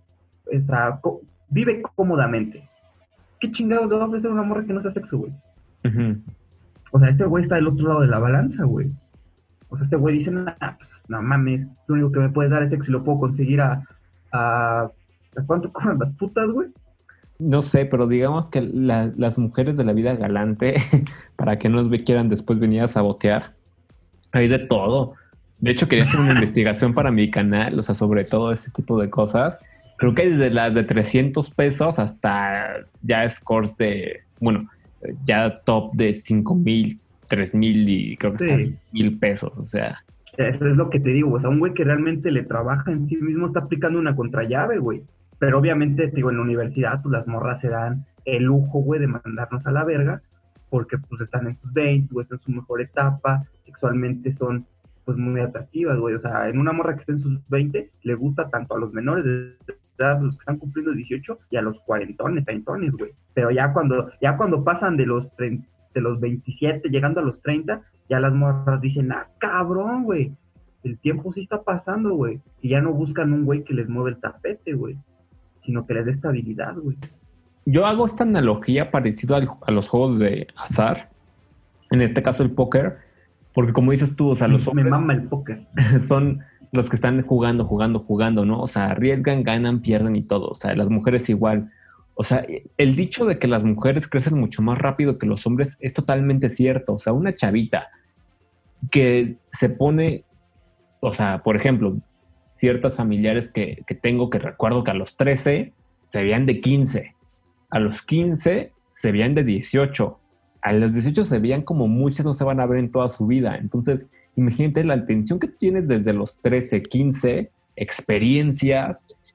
Vive cómodamente. ¿Qué chingados le va a ofrecer una morra que no sea sexo, güey? O sea, este güey está del otro lado de la balanza, güey. O sea, este güey dice, pues, no mames, lo único que me puedes dar es sexo y lo puedo conseguir ¿a cuánto cobran las putas, güey? No sé, pero digamos que las mujeres de la vida galante, para que no nos quieran después venir a sabotear, hay de todo. De hecho, quería hacer una investigación para mi canal, o sea, sobre todo ese tipo de cosas. Creo que desde las de 300 pesos hasta ya scores de, bueno, ya top de 5,000, 3,000 y creo que hasta 1,000 pesos, o sea. Eso es lo que te digo, o sea, un güey que realmente le trabaja en sí mismo está aplicando una contrallave, güey. Pero obviamente, digo, en la universidad, pues las morras se dan el lujo, güey, de mandarnos a la verga porque pues están en sus 20, güey, están en su mejor etapa, sexualmente son pues muy atractivas, güey. O sea, en una morra que está en sus 20, le gusta tanto a los menores de edad, los que están cumpliendo 18, y a los cuarentones, treintones, güey. Pero ya cuando pasan de los 27, llegando a los 30, ya las morras dicen, cabrón, güey, el tiempo sí está pasando, güey. Y ya no buscan un güey que les mueve el tapete, güey, sino que les dé estabilidad, güey. Yo hago esta analogía parecida a los juegos de azar, en este caso el póker, porque como dices tú, o sea, los hombres... Me mama el póker. Son los que están jugando, ¿no? O sea, arriesgan, ganan, pierden y todo. O sea, las mujeres igual. O sea, el dicho de que las mujeres crecen mucho más rápido que los hombres es totalmente cierto. O sea, una chavita que se pone, o sea, por ejemplo, ciertas familiares que tengo que recuerdo que a los 13 se veían de 15, a los 15 se veían de 18, a los 18 se veían como muchas no se van a ver en toda su vida. Entonces, imagínate la atención que tienes desde los 13, 15, experiencias,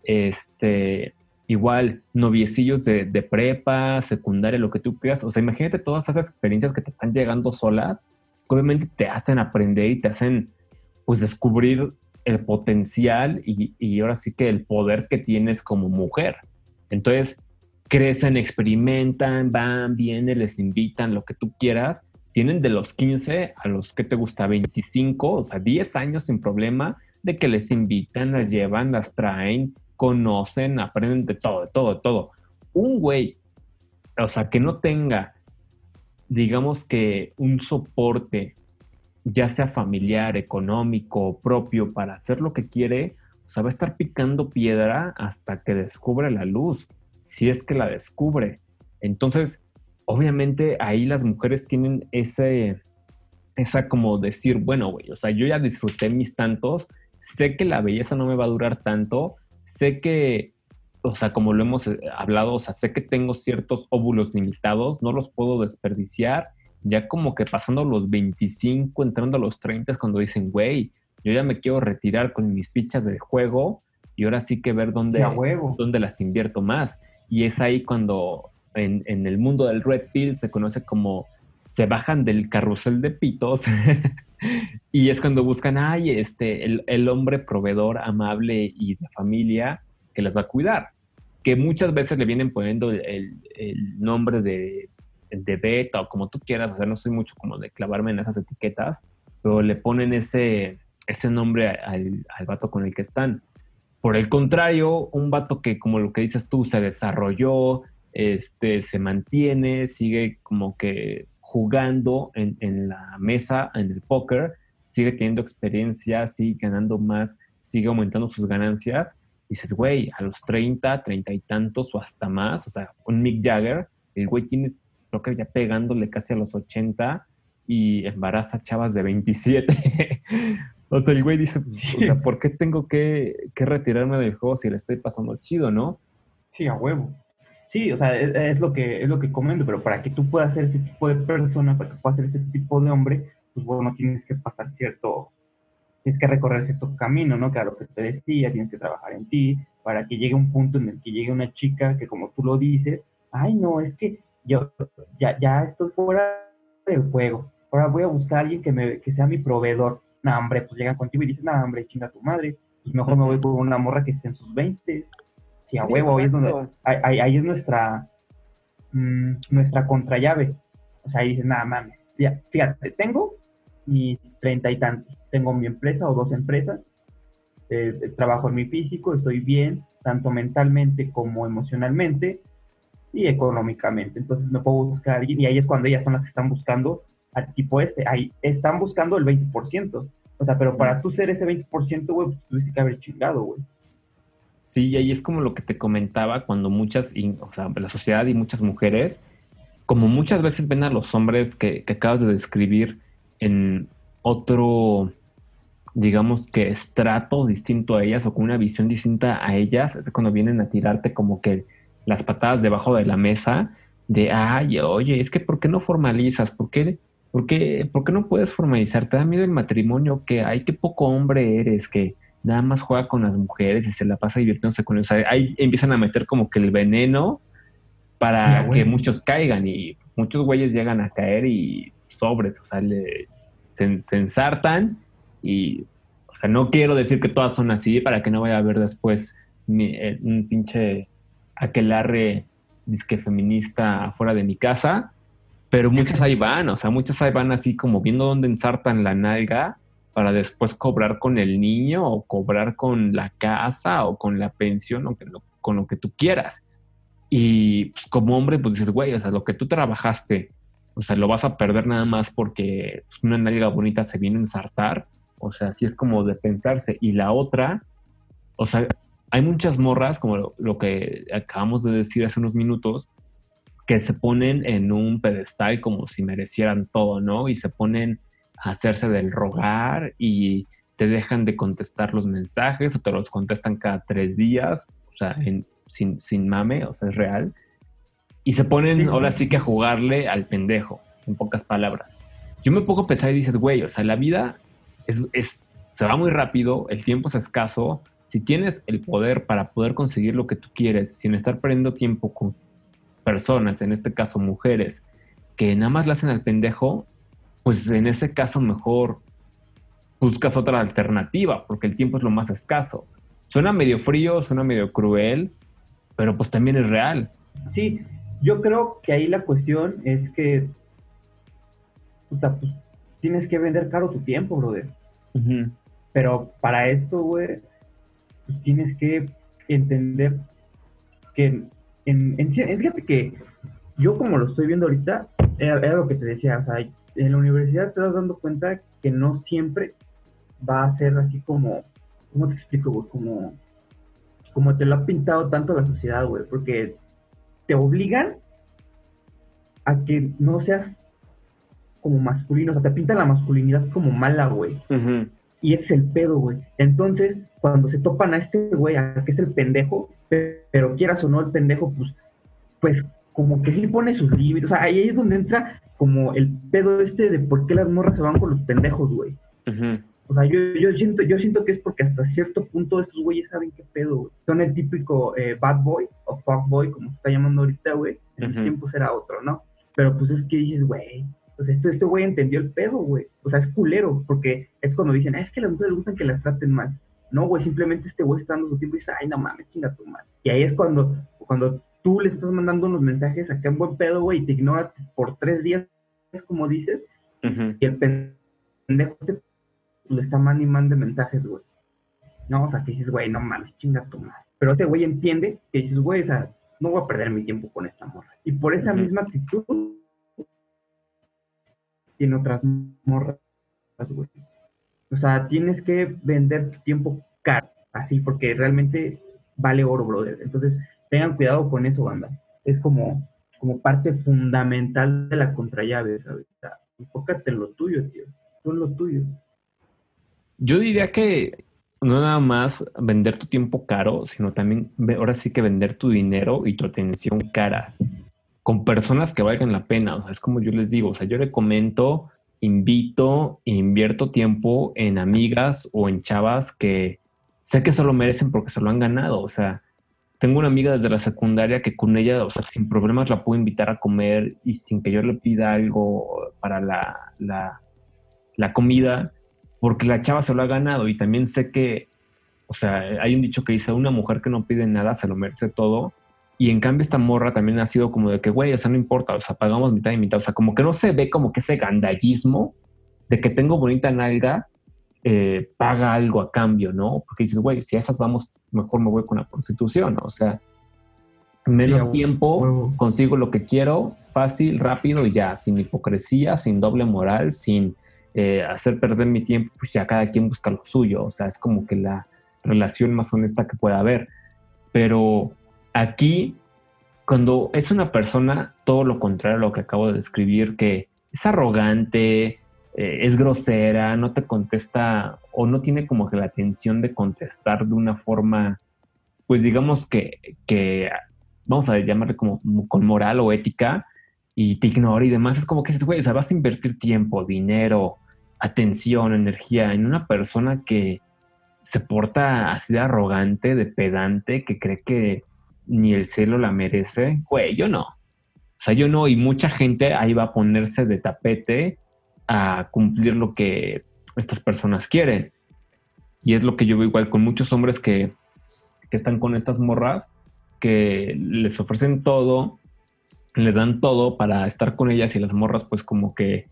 igual noviecillos de prepa, secundaria, lo que tú quieras. O sea, imagínate todas esas experiencias que te están llegando solas, que obviamente te hacen aprender y te hacen, pues, descubrir el potencial y ahora sí que el poder que tienes como mujer. Entonces, crecen, experimentan, van, vienen, les invitan, lo que tú quieras. Tienen de los 15 a los, ¿qué te gusta? 25, o sea, 10 años sin problema de que les invitan, las llevan, las traen, conocen, aprenden de todo. Un güey, o sea, que no tenga, digamos que un soporte, ya sea familiar, económico, propio, para hacer lo que quiere, o sea, va a estar picando piedra hasta que descubre la luz, si es que la descubre. Entonces, obviamente ahí las mujeres tienen esa como decir, bueno, güey, o sea, yo ya disfruté mis tantos, sé que la belleza no me va a durar tanto, sé que, o sea, como lo hemos hablado, o sea, sé que tengo ciertos óvulos limitados, no los puedo desperdiciar. Ya como que pasando los 25, entrando a los 30 es cuando dicen, güey, yo ya me quiero retirar con mis fichas del juego y ahora sí que ver dónde las invierto más. Y es ahí cuando en el mundo del Red Pill se conoce como se bajan del carrusel de pitos y es cuando buscan, el hombre proveedor, amable y de familia que las va a cuidar. Que muchas veces le vienen poniendo el nombre de beta o como tú quieras, o sea, no soy mucho como de clavarme en esas etiquetas, pero le ponen ese nombre al vato con el que están. Por el contrario, un vato que, como lo que dices tú, se desarrolló, se mantiene, sigue como que jugando en la mesa, en el póker, sigue teniendo experiencia, sigue ganando más, sigue aumentando sus ganancias, y dices, güey, a los 30 y tantos o hasta más, o sea, un Mick Jagger, el güey tiene, creo que ya pegándole casi a los 80 y embaraza chavas de 27. O sea, el güey dice, o sea, ¿por qué tengo que retirarme del juego si le estoy pasando chido, no? Sí, a huevo. Sí, o sea, es lo que comento, pero para que tú puedas ser ese tipo de persona, para que puedas ser ese tipo de hombre, pues bueno, tienes que recorrer cierto camino, ¿no? Que a lo que te decía, tienes que trabajar en ti, para que llegue un punto en el que llegue una chica que, como tú lo dices, ay, no, es que yo ya estoy fuera del juego, ahora voy a buscar a alguien que sea mi proveedor. No, hombre, pues llegan contigo y dicen, no, hombre, chinga tu madre, pues mejor me voy por una morra que esté en sus 20. Sí, a huevo, ahí es nuestra contrallave. O sea, ahí dicen, nada, mames, ya, fíjate, tengo mis 30 y tantos, tengo mi empresa o 2 empresas, trabajo en mi físico, estoy bien, tanto mentalmente como emocionalmente y económicamente. Entonces me puedo buscar a alguien, y ahí es cuando ellas son las que están buscando al tipo ahí están buscando el 20%. O sea, pero para tú ser ese 20%, güey, pues tuviste que haber chingado, güey. Sí, y ahí es como lo que te comentaba cuando o sea, la sociedad y muchas mujeres, como muchas veces ven a los hombres que acabas de describir en otro, digamos que estrato distinto a ellas o con una visión distinta a ellas, es cuando vienen a tirarte como que las patadas debajo de la mesa de, ay, oye, es que ¿por qué no formalizas? ¿Por qué no puedes formalizar? ¿Te da miedo el matrimonio? Que ay, qué poco hombre eres, que nada más juega con las mujeres y se la pasa divirtiéndose con ellos. O sea, ahí empiezan a meter como que el veneno para que muchos caigan. Y muchos güeyes llegan a caer y sobres, o sea, se ensartan y, o sea, no quiero decir que todas son así para que no vaya a haber después un pinche aquelarre disque feminista afuera de mi casa, pero muchas ahí van, o sea, muchas ahí van así como viendo dónde ensartan la nalga para después cobrar con el niño o cobrar con la casa o con la pensión o con lo que tú quieras. Y pues, como hombre, pues dices, güey, o sea, lo que tú trabajaste, o sea, lo vas a perder nada más porque pues, una nalga bonita se viene a ensartar. O sea, así es como de pensarse. Y la otra, o sea, hay muchas morras, como lo que acabamos de decir hace unos minutos, que se ponen en un pedestal como si merecieran todo, ¿no? Y se ponen a hacerse del rogar y te dejan de contestar los mensajes o te los contestan cada 3 días, o sea, sin mame, o sea, es real. Y se ponen ahora sí que a jugarle al pendejo, en pocas palabras. Yo me pongo a pensar y dices, güey, o sea, la vida se va muy rápido, el tiempo es escaso. Si tienes el poder para poder conseguir lo que tú quieres, sin estar perdiendo tiempo con personas, en este caso mujeres, que nada más la hacen al pendejo, pues en ese caso mejor buscas otra alternativa, porque el tiempo es lo más escaso. Suena medio frío, suena medio cruel, pero pues también es real. Sí, yo creo que ahí la cuestión es que, puta, pues tienes que vender caro tu tiempo, brother. Uh-huh. Pero para esto, güey, pues tienes que entender que fíjate que yo como lo estoy viendo ahorita, era lo que te decía, o sea, en la universidad te vas dando cuenta que no siempre va a ser así como, ¿cómo te explico, güey? Como te lo ha pintado tanto la sociedad, güey, porque te obligan a que no seas como masculino, o sea, te pintan la masculinidad como mala, güey. Uh-huh. Y ese es el pedo, güey. Entonces, cuando se topan a este güey, a que es el pendejo, pero quieras o no el pendejo, pues como que sí pone sus límites. O sea, ahí es donde entra como el pedo de por qué las morras se van con los pendejos, güey. Uh-huh. O sea, yo siento que es porque hasta cierto punto esos güeyes saben qué pedo, güey. Son el típico bad boy o fuck boy, como se está llamando ahorita, güey. En mis tiempos era otro, ¿no? Pero pues es que dices, güey, pues este güey entendió el pedo, güey. O sea, es culero, porque es cuando dicen, es que a las mujeres les gustan que las traten mal. No, güey, simplemente este güey está dando su tiempo y dice, ay, no mames, chinga tu madre. Y ahí es cuando tú le estás mandando unos mensajes acá en buen pedo, güey, y te ignora por 3 días, como dices, y el pendejo le está mandando mensajes, güey. No, o sea, que dices, güey, no mames, chinga tu madre. Pero este güey entiende que dices, güey, o sea, no voy a perder mi tiempo con esta morra. Y por esa misma actitud, tiene otras morras, güey. O sea, tienes que vender tu tiempo caro, así, porque realmente vale oro, brother. Entonces, tengan cuidado con eso, banda. Es como parte fundamental de la contrallave, ¿sabes? O sea, enfócate en lo tuyo, tío. Tú en lo tuyo. Yo diría que no nada más vender tu tiempo caro, sino también ahora sí que vender tu dinero y tu atención cara, con personas que valgan la pena. O sea, es como yo les digo, o sea, yo le comento, invito e invierto tiempo en amigas o en chavas que sé que se lo merecen porque se lo han ganado. O sea, tengo una amiga desde la secundaria que con ella, o sea, sin problemas la puedo invitar a comer y sin que yo le pida algo para la comida, porque la chava se lo ha ganado. Y también sé que, o sea, hay un dicho que dice, una mujer que no pide nada se lo merece todo. Y en cambio esta morra también ha sido como de que, güey, o sea, no importa, o sea, pagamos mitad y mitad. O sea, como que no se ve como que ese gandallismo de que tengo bonita nalga, paga algo a cambio, ¿no? Porque dices, güey, si a esas vamos, mejor me voy con la prostitución, ¿no? O sea, menos tiempo, consigo lo que quiero, fácil, rápido y ya, sin hipocresía, sin doble moral, sin hacer perder mi tiempo, pues ya cada quien busca lo suyo. O sea, es como que la relación más honesta que pueda haber. Pero aquí, cuando es una persona, todo lo contrario a lo que acabo de describir, que es arrogante, es grosera, no te contesta o no tiene como que la atención de contestar de una forma, pues digamos que vamos a llamarle como con moral o ética, y te ignora y demás, es como que, güey, o sea, vas a invertir tiempo, dinero, atención, energía en una persona que se porta así de arrogante, de pedante, que cree que ni el cielo la merece. Güey, yo no. O sea, yo no, y mucha gente ahí va a ponerse de tapete a cumplir lo que estas personas quieren. Y es lo que yo veo igual con muchos hombres que están con estas morras, que les ofrecen todo, les dan todo para estar con ellas, y las morras pues como que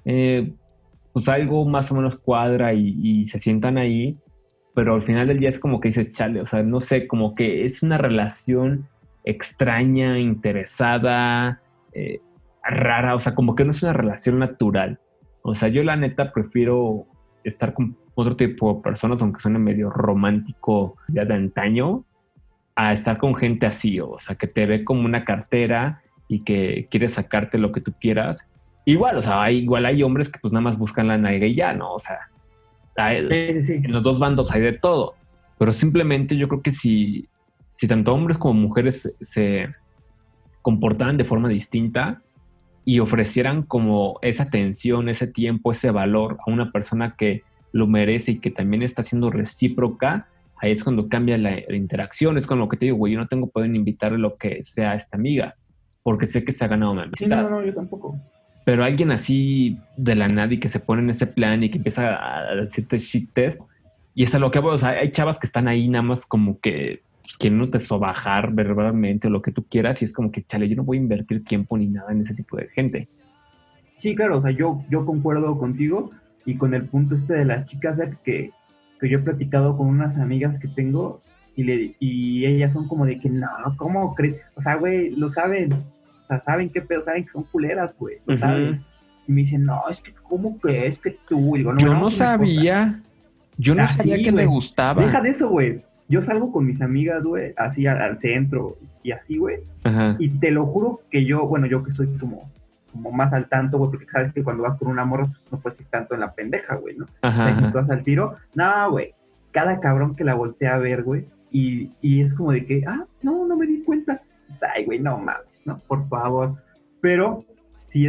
pues algo más o menos cuadra y se sientan ahí, pero al final del día es como que dices, chale, o sea, no sé, como que es una relación extraña, interesada, rara, o sea, como que no es una relación natural. O sea, yo la neta prefiero estar con otro tipo de personas, aunque suene medio romántico ya de antaño, a estar con gente así, o sea, que te ve como una cartera y que quiere sacarte lo que tú quieras. Igual, o sea, igual hay hombres que pues nada más buscan la nalga y ya, ¿no? O sea, Sí. en los dos bandos hay de todo, pero simplemente yo creo que si tanto hombres como mujeres se comportaran de forma distinta y ofrecieran como esa atención, ese tiempo, ese valor a una persona que lo merece y que también está siendo recíproca, ahí es cuando cambia la interacción. Es con lo que te digo, güey, yo no tengo poder en invitarle lo que sea a esta amiga, porque sé que se ha ganado mi amistad. Sí, no, yo tampoco. Pero alguien así de la nada y que se pone en ese plan y que empieza a decirte shit test, y es a lo que voy, o sea, hay chavas que están ahí nada más como que pues, quieren no te sobajar verbalmente o lo que tú quieras, y es como que, chale, yo no voy a invertir tiempo ni nada en ese tipo de gente. Sí, claro, o sea, yo concuerdo contigo y con el punto de las chicas que yo he platicado con unas amigas que tengo y ellas son como de que no, ¿cómo crees? O sea, güey, lo saben, o sea, saben qué pedo, saben que son culeras, güey, lo saben. Y me dicen, no, es que ¿cómo crees que tú? Y digo, yo no sabía sí, que güey, me gustaba. Deja de eso, güey. Yo salgo con mis amigas, güey, así al centro y así, güey. Ajá. Y te lo juro que yo que soy como más al tanto, güey, porque sabes que cuando vas con una morra pues, no puedes ir tanto en la pendeja, güey, ¿no? Ajá, o sea, si tú vas al tiro, no, güey, cada cabrón que la voltea a ver, güey, y es como de que, no me di cuenta. Ay, güey, no mames, no, por favor. Pero, sí,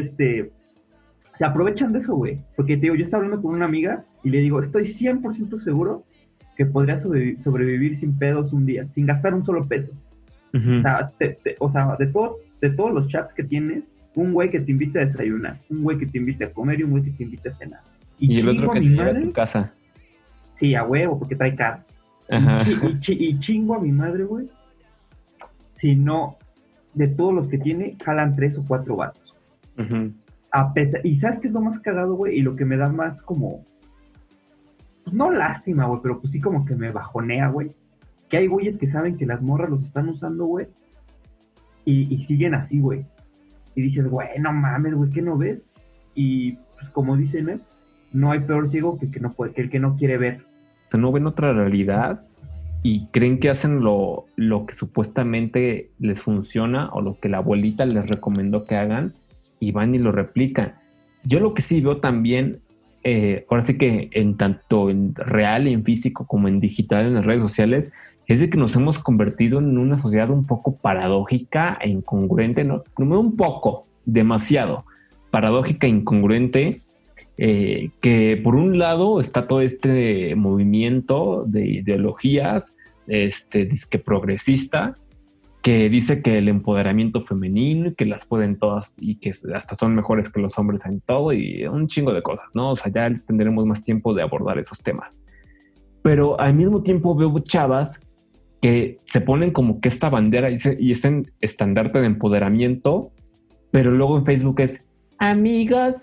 se aprovechan de eso, güey, porque te digo, yo estaba hablando con una amiga y le digo, estoy 100% seguro que podría sobrevivir sin pedos un día, sin gastar un solo peso. uh-huh. O sea, de todos los chats que tienes, un güey que te invite a desayunar, un güey que te invite a comer y un güey que te invite a cenar. Y el otro que te lleva a tu casa. Sí, a huevo, porque trae carne. Y chingo a mi madre, güey. Si no, de todos los que tiene, jalan 3 o 4 vatos. Uh-huh. Y ¿sabes qué es lo más cagado, güey? Y lo que me da más como... Pues no lástima, güey, pero pues sí como que me bajonea, güey. Que hay güeyes que saben que las morras los están usando, güey. Y siguen así, güey. Y dices, güey, no mames, güey, ¿qué no ves? Y pues como dicen, no hay peor ciego que el que no quiere ver. O sea, no ven otra realidad y creen que hacen lo que supuestamente les funciona o lo que la abuelita les recomendó que hagan y van y lo replican. Yo lo que sí veo también, ahora sí que en tanto en real, en físico como en digital, en las redes sociales, es de que nos hemos convertido en una sociedad un poco paradójica e incongruente, no un poco, demasiado paradójica e incongruente, que por un lado está todo este movimiento de ideologías disque progresista, que dice que el empoderamiento femenino, que las pueden todas y que hasta son mejores que los hombres en todo y un chingo de cosas, ¿no? O sea, ya tendremos más tiempo de abordar esos temas. Pero al mismo tiempo veo chavas que se ponen como que esta bandera y ese estandarte de empoderamiento, pero luego en Facebook es amigos,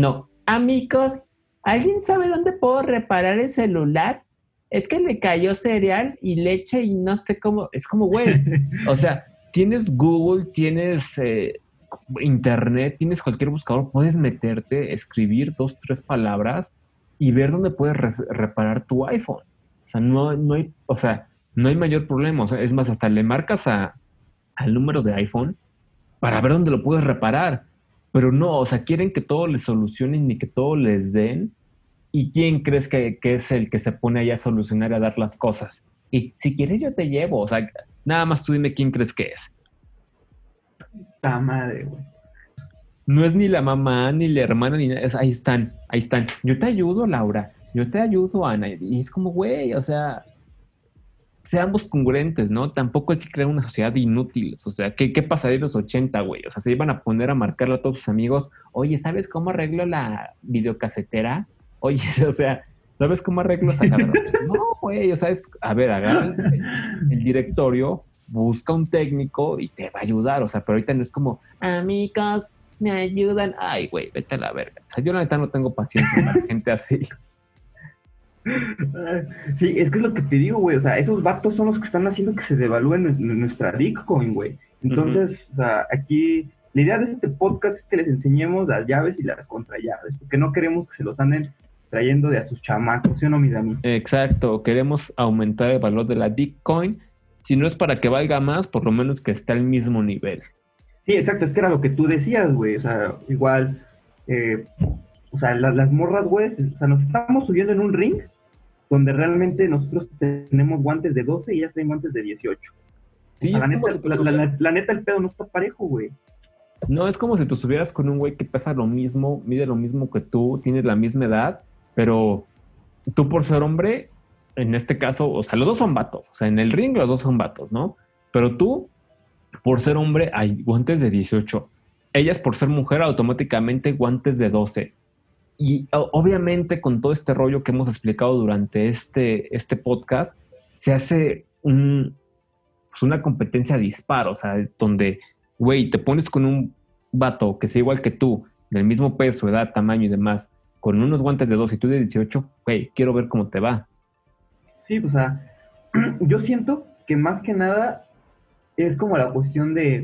¿alguien sabe dónde puedo reparar el celular? Es que le cayó cereal y leche y no sé cómo, es como, güey, o sea, tienes Google, tienes Internet, tienes cualquier buscador, puedes meterte, escribir 2, 3 palabras y ver dónde puedes reparar tu iPhone. O sea, no hay, o sea, no hay mayor problema. O sea, es más, hasta le marcas al número de iPhone para ver dónde lo puedes reparar. Pero no, o sea, quieren que todo les solucionen y que todo les den. ¿Y quién crees que es el que se pone ahí a solucionar y a dar las cosas? Y si quieres yo te llevo. O sea, nada más tú dime quién crees que es. ¡Ta madre, güey! No es ni la mamá, ni la hermana, ni nada. Ahí están. Yo te ayudo, Laura. Yo te ayudo, Ana. Y es como, güey, o sea... seamos congruentes, ¿no? Tampoco hay que crear una sociedad de inútiles. O sea, ¿qué pasaría en los 80, güey? O sea, se iban a poner a marcarle a todos sus amigos, oye, ¿sabes cómo arreglo la videocasetera? Oye, o sea, ¿sabes cómo arreglo esa cámara? No, güey, o sea, a ver, agarra el directorio, busca un técnico y te va a ayudar. O sea, pero ahorita no es como, amigos, me ayudan. Ay, güey, vete a la verga. O sea, yo la neta no tengo paciencia para gente así. Sí, es que es lo que te digo, güey. O sea, esos vatos son los que están haciendo que se devalúe nuestra Bitcoin, güey. Entonces, o sea, aquí la idea de este podcast es que les enseñemos las llaves y las contrallaves, porque no queremos que se los anden trayendo de a sus chamacos, ¿sí o no, mi Dani? Exacto, queremos aumentar el valor de la Bitcoin. Si no es para que valga más, por lo menos que esté al mismo nivel. Sí, exacto, es que era lo que tú decías, güey. O sea, igual, o sea, las morras, güey, o sea, nos estamos subiendo en un ring donde realmente nosotros tenemos guantes de 12 y ellas tienen guantes de 18. Sí, o sea, la neta, el pedo no está parejo, güey. No, es como si tú estuvieras con un güey que pesa lo mismo, mide lo mismo que tú, tienes la misma edad, pero tú por ser hombre, en este caso, o sea, los dos son vatos. O sea, en el ring los dos son vatos, ¿no? Pero tú, por ser hombre, hay guantes de 18. Ellas, por ser mujer, automáticamente guantes de 12. Y obviamente con todo este rollo que hemos explicado durante este podcast, se hace una competencia dispar, o sea, donde, güey, te pones con un vato que sea igual que tú, del mismo peso, edad, tamaño y demás, con unos guantes de 12 y tú de 18, güey, quiero ver cómo te va. Sí, o sea, yo siento que más que nada es como la cuestión de,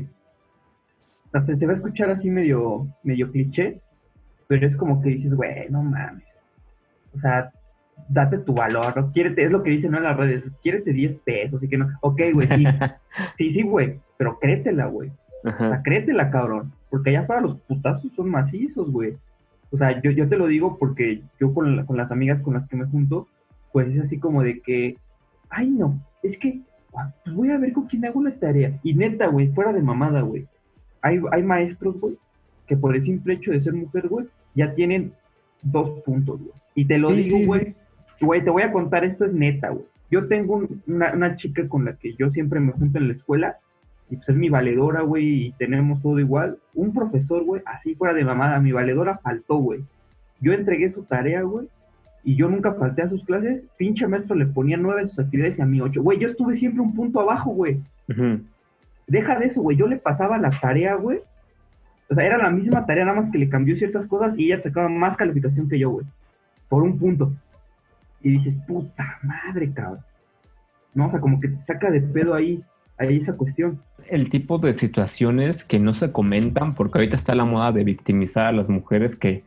o sea, se va a escuchar así medio cliché, pero es como que dices, güey, no mames. O sea, date tu valor, ¿no? Quiérete, es lo que dicen, ¿no? En las redes, quiérete 10 pesos y que no. Ok, güey, sí. Sí, güey, pero créetela, güey. O sea, créetela, cabrón. Porque allá para los putazos son macizos, güey. O sea, yo te lo digo porque yo con las amigas con las que me junto, pues es así como de que, ay, no, es que pues voy a ver con quién hago la tarea. Y neta, güey, fuera de mamada, güey. Hay maestros, güey, que por el simple hecho de ser mujer, güey, ya tienen 2 puntos, güey. Y te lo digo, güey, güey, te voy a contar, esto es neta, güey. Yo tengo una chica con la que yo siempre me junto en la escuela, y pues es mi valedora, güey, y tenemos todo igual. Un profesor, güey, así fuera de mamada, mi valedora faltó, güey. Yo entregué su tarea, güey, y yo nunca falté a sus clases. Pinche maestro le ponía 9 en sus actividades y a mí 8. Güey, yo estuve siempre un punto abajo, güey. Deja de eso, güey, yo le pasaba la tarea, güey. O sea, era la misma tarea, nada más que le cambió ciertas cosas y ella sacaba más calificación que yo, güey. Por un punto. Y dices, puta madre, cabrón. No, o sea, como que te saca de pedo ahí esa cuestión. El tipo de situaciones que no se comentan, porque ahorita está la moda de victimizar a las mujeres, que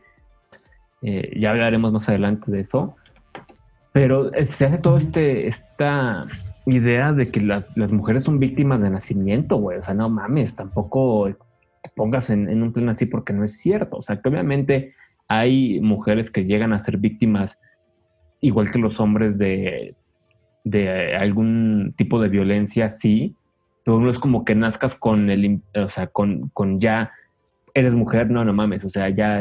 ya hablaremos más adelante de eso. Pero se hace toda esta idea de que las mujeres son víctimas de nacimiento, güey. O sea, no mames, tampoco te pongas en un plano así porque no es cierto. O sea, que obviamente hay mujeres que llegan a ser víctimas igual que los hombres de algún tipo de violencia, sí, pero no es como que nazcas con o sea, con ya eres mujer, no mames, o sea, ya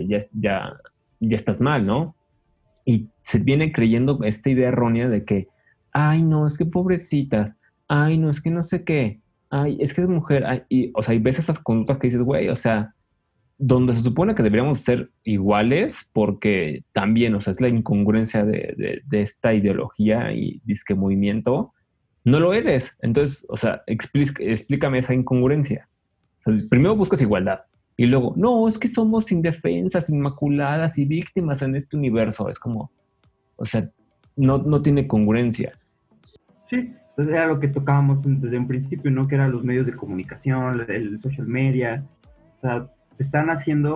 estás mal, ¿no? Y se viene creyendo esta idea errónea de que, ay, no, es que pobrecitas, ay, no, es que no sé qué, ay, es que es mujer, ay, y, o sea, y ves esas conductas que dices, güey, o sea, donde se supone que deberíamos ser iguales, porque también, o sea, es la incongruencia de esta ideología y disque movimiento, no lo eres. Entonces, o sea, explícame esa incongruencia. O sea, primero buscas igualdad, y luego, no, es que somos indefensas, inmaculadas y víctimas en este universo. Es como, o sea, no tiene congruencia. Sí, entonces era lo que tocábamos desde un principio, ¿no? Que eran los medios de comunicación, el social media, o sea, están haciendo,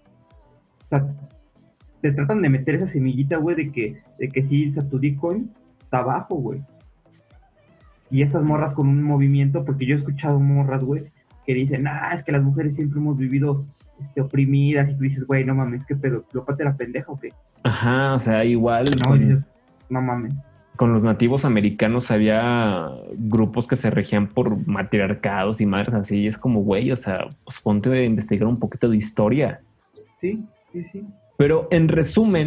o sea, te tratan de meter esa semillita, güey, de que sí, o sea, tu Bitcoin está abajo, güey. Y estas morras con un movimiento, porque yo he escuchado morras, güey, que dicen, es que las mujeres siempre hemos vivido oprimidas, y tú dices, güey, no mames, ¿qué pedo? ¿Lópate la pendeja o qué? Ajá, o sea, igual. No, dices, no mames. Con los nativos americanos había grupos que se regían por matriarcados y madres así, y es como, güey, o sea, pues ponte a investigar un poquito de historia. Sí. Pero en resumen,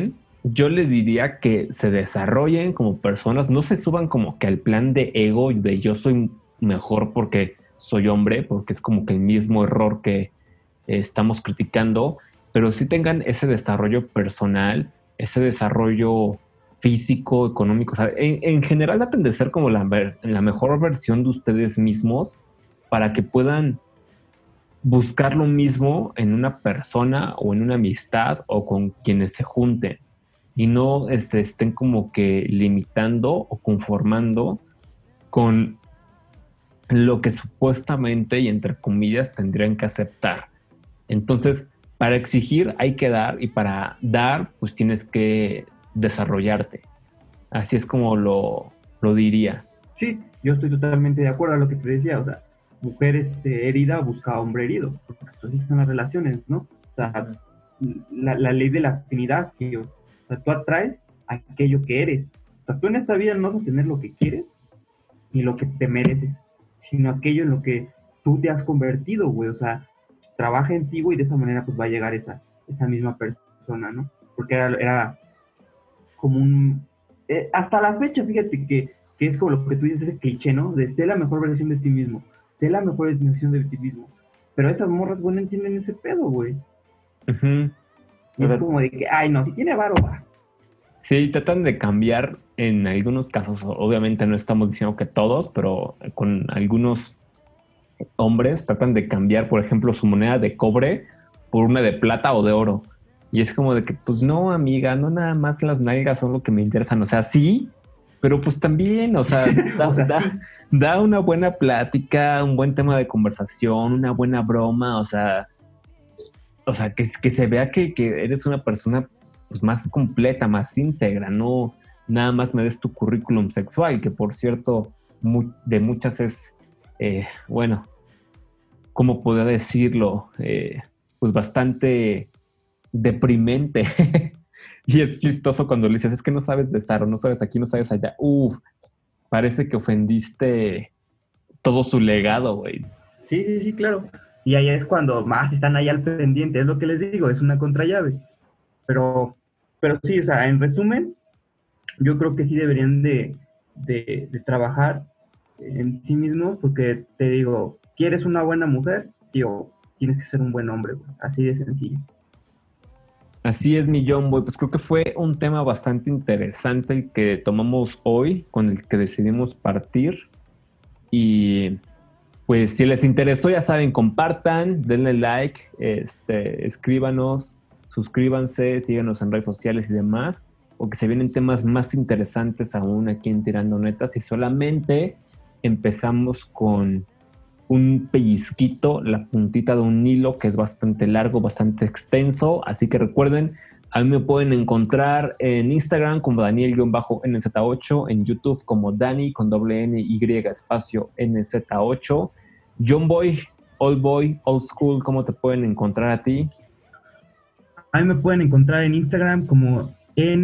yo les diría que se desarrollen como personas, no se suban como que al plan de ego de yo soy mejor porque soy hombre, porque es como que el mismo error que estamos criticando, pero sí tengan ese desarrollo personal, ese desarrollo físico, económico, o sea, en general traten de ser como la mejor versión de ustedes mismos para que puedan buscar lo mismo en una persona o en una amistad o con quienes se junten y no estén como que limitando o conformando con lo que supuestamente y entre comillas tendrían que aceptar. Entonces, para exigir hay que dar y para dar pues tienes que desarrollarte. Así es como lo diría. Sí, yo estoy totalmente de acuerdo a lo que te decía, o sea, mujer herida busca hombre herido, porque así son las relaciones, ¿no? O sea, la ley de la afinidad, tío. O sea, tú atraes aquello que eres. O sea, tú en esta vida no vas a tener lo que quieres ni lo que te mereces, sino aquello en lo que tú te has convertido, güey. O sea, trabaja en ti, güey, y de esa manera pues va a llegar esa misma persona, ¿no? Porque era como un... hasta la fecha, fíjate que es como lo que tú dices, ese cliché, ¿no? De ser la mejor versión de ti mismo. Sé la mejor versión de ti mismo. Pero esas morras, güey, no entienden ese pedo, güey. Uh-huh. Y es como de que, ay, no, si tiene varo, va. Sí, tratan de cambiar en algunos casos. Obviamente no estamos diciendo que todos, pero con algunos hombres tratan de cambiar, por ejemplo, su moneda de cobre por una de plata o de oro. Y es como de que, pues no, amiga, no nada más las nalgas son lo que me interesan. O sea, sí, pero pues también, o sea, da una buena plática, un buen tema de conversación, una buena broma, o sea que se vea que eres una persona pues más completa, más íntegra, no nada más me des tu currículum sexual, que por cierto, de muchas es, bueno, ¿cómo podría decirlo? Pues bastante deprimente. Y es chistoso cuando le dices, es que no sabes besar o no sabes aquí, no sabes allá. Parece que ofendiste todo su legado, güey. Sí, claro. Y ahí es cuando más están ahí al pendiente, es lo que les digo, es una contrallave. Pero sí, o sea, en resumen, yo creo que sí deberían de trabajar en sí mismos, porque te digo, ¿quieres una buena mujer? Tío, tienes que ser un buen hombre, güey. Así de sencillo. Así es, mi John Boy. Pues creo que fue un tema bastante interesante el que tomamos hoy, con el que decidimos partir. Y pues si les interesó, ya saben, compartan, denle like, escríbanos, suscríbanse, síganos en redes sociales y demás, porque se vienen temas más interesantes aún aquí en Tirando Netas y solamente empezamos con un pellizquito, la puntita de un hilo que es bastante largo, bastante extenso, así que recuerden, a mí me pueden encontrar en Instagram como Daniel-NZ8, en YouTube como Dani con doble N Y espacio NZ8. John Boy, Old School, ¿cómo te pueden encontrar a ti? A mí me pueden encontrar en Instagram como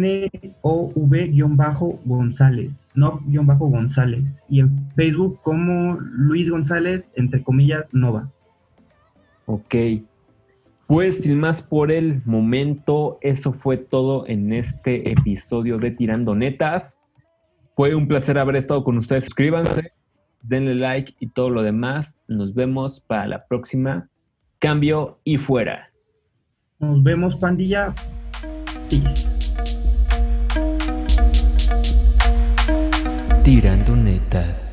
NOV-González, no-González, y en Facebook como Luis González, entre comillas, Nova. Ok, pues sin más por el momento, eso fue todo en este episodio de Tirando Netas. Fue un placer haber estado con ustedes. Suscríbanse, denle like y todo lo demás. Nos vemos para la próxima. Cambio y fuera. Nos vemos, pandilla. Peace. Tirando Netas.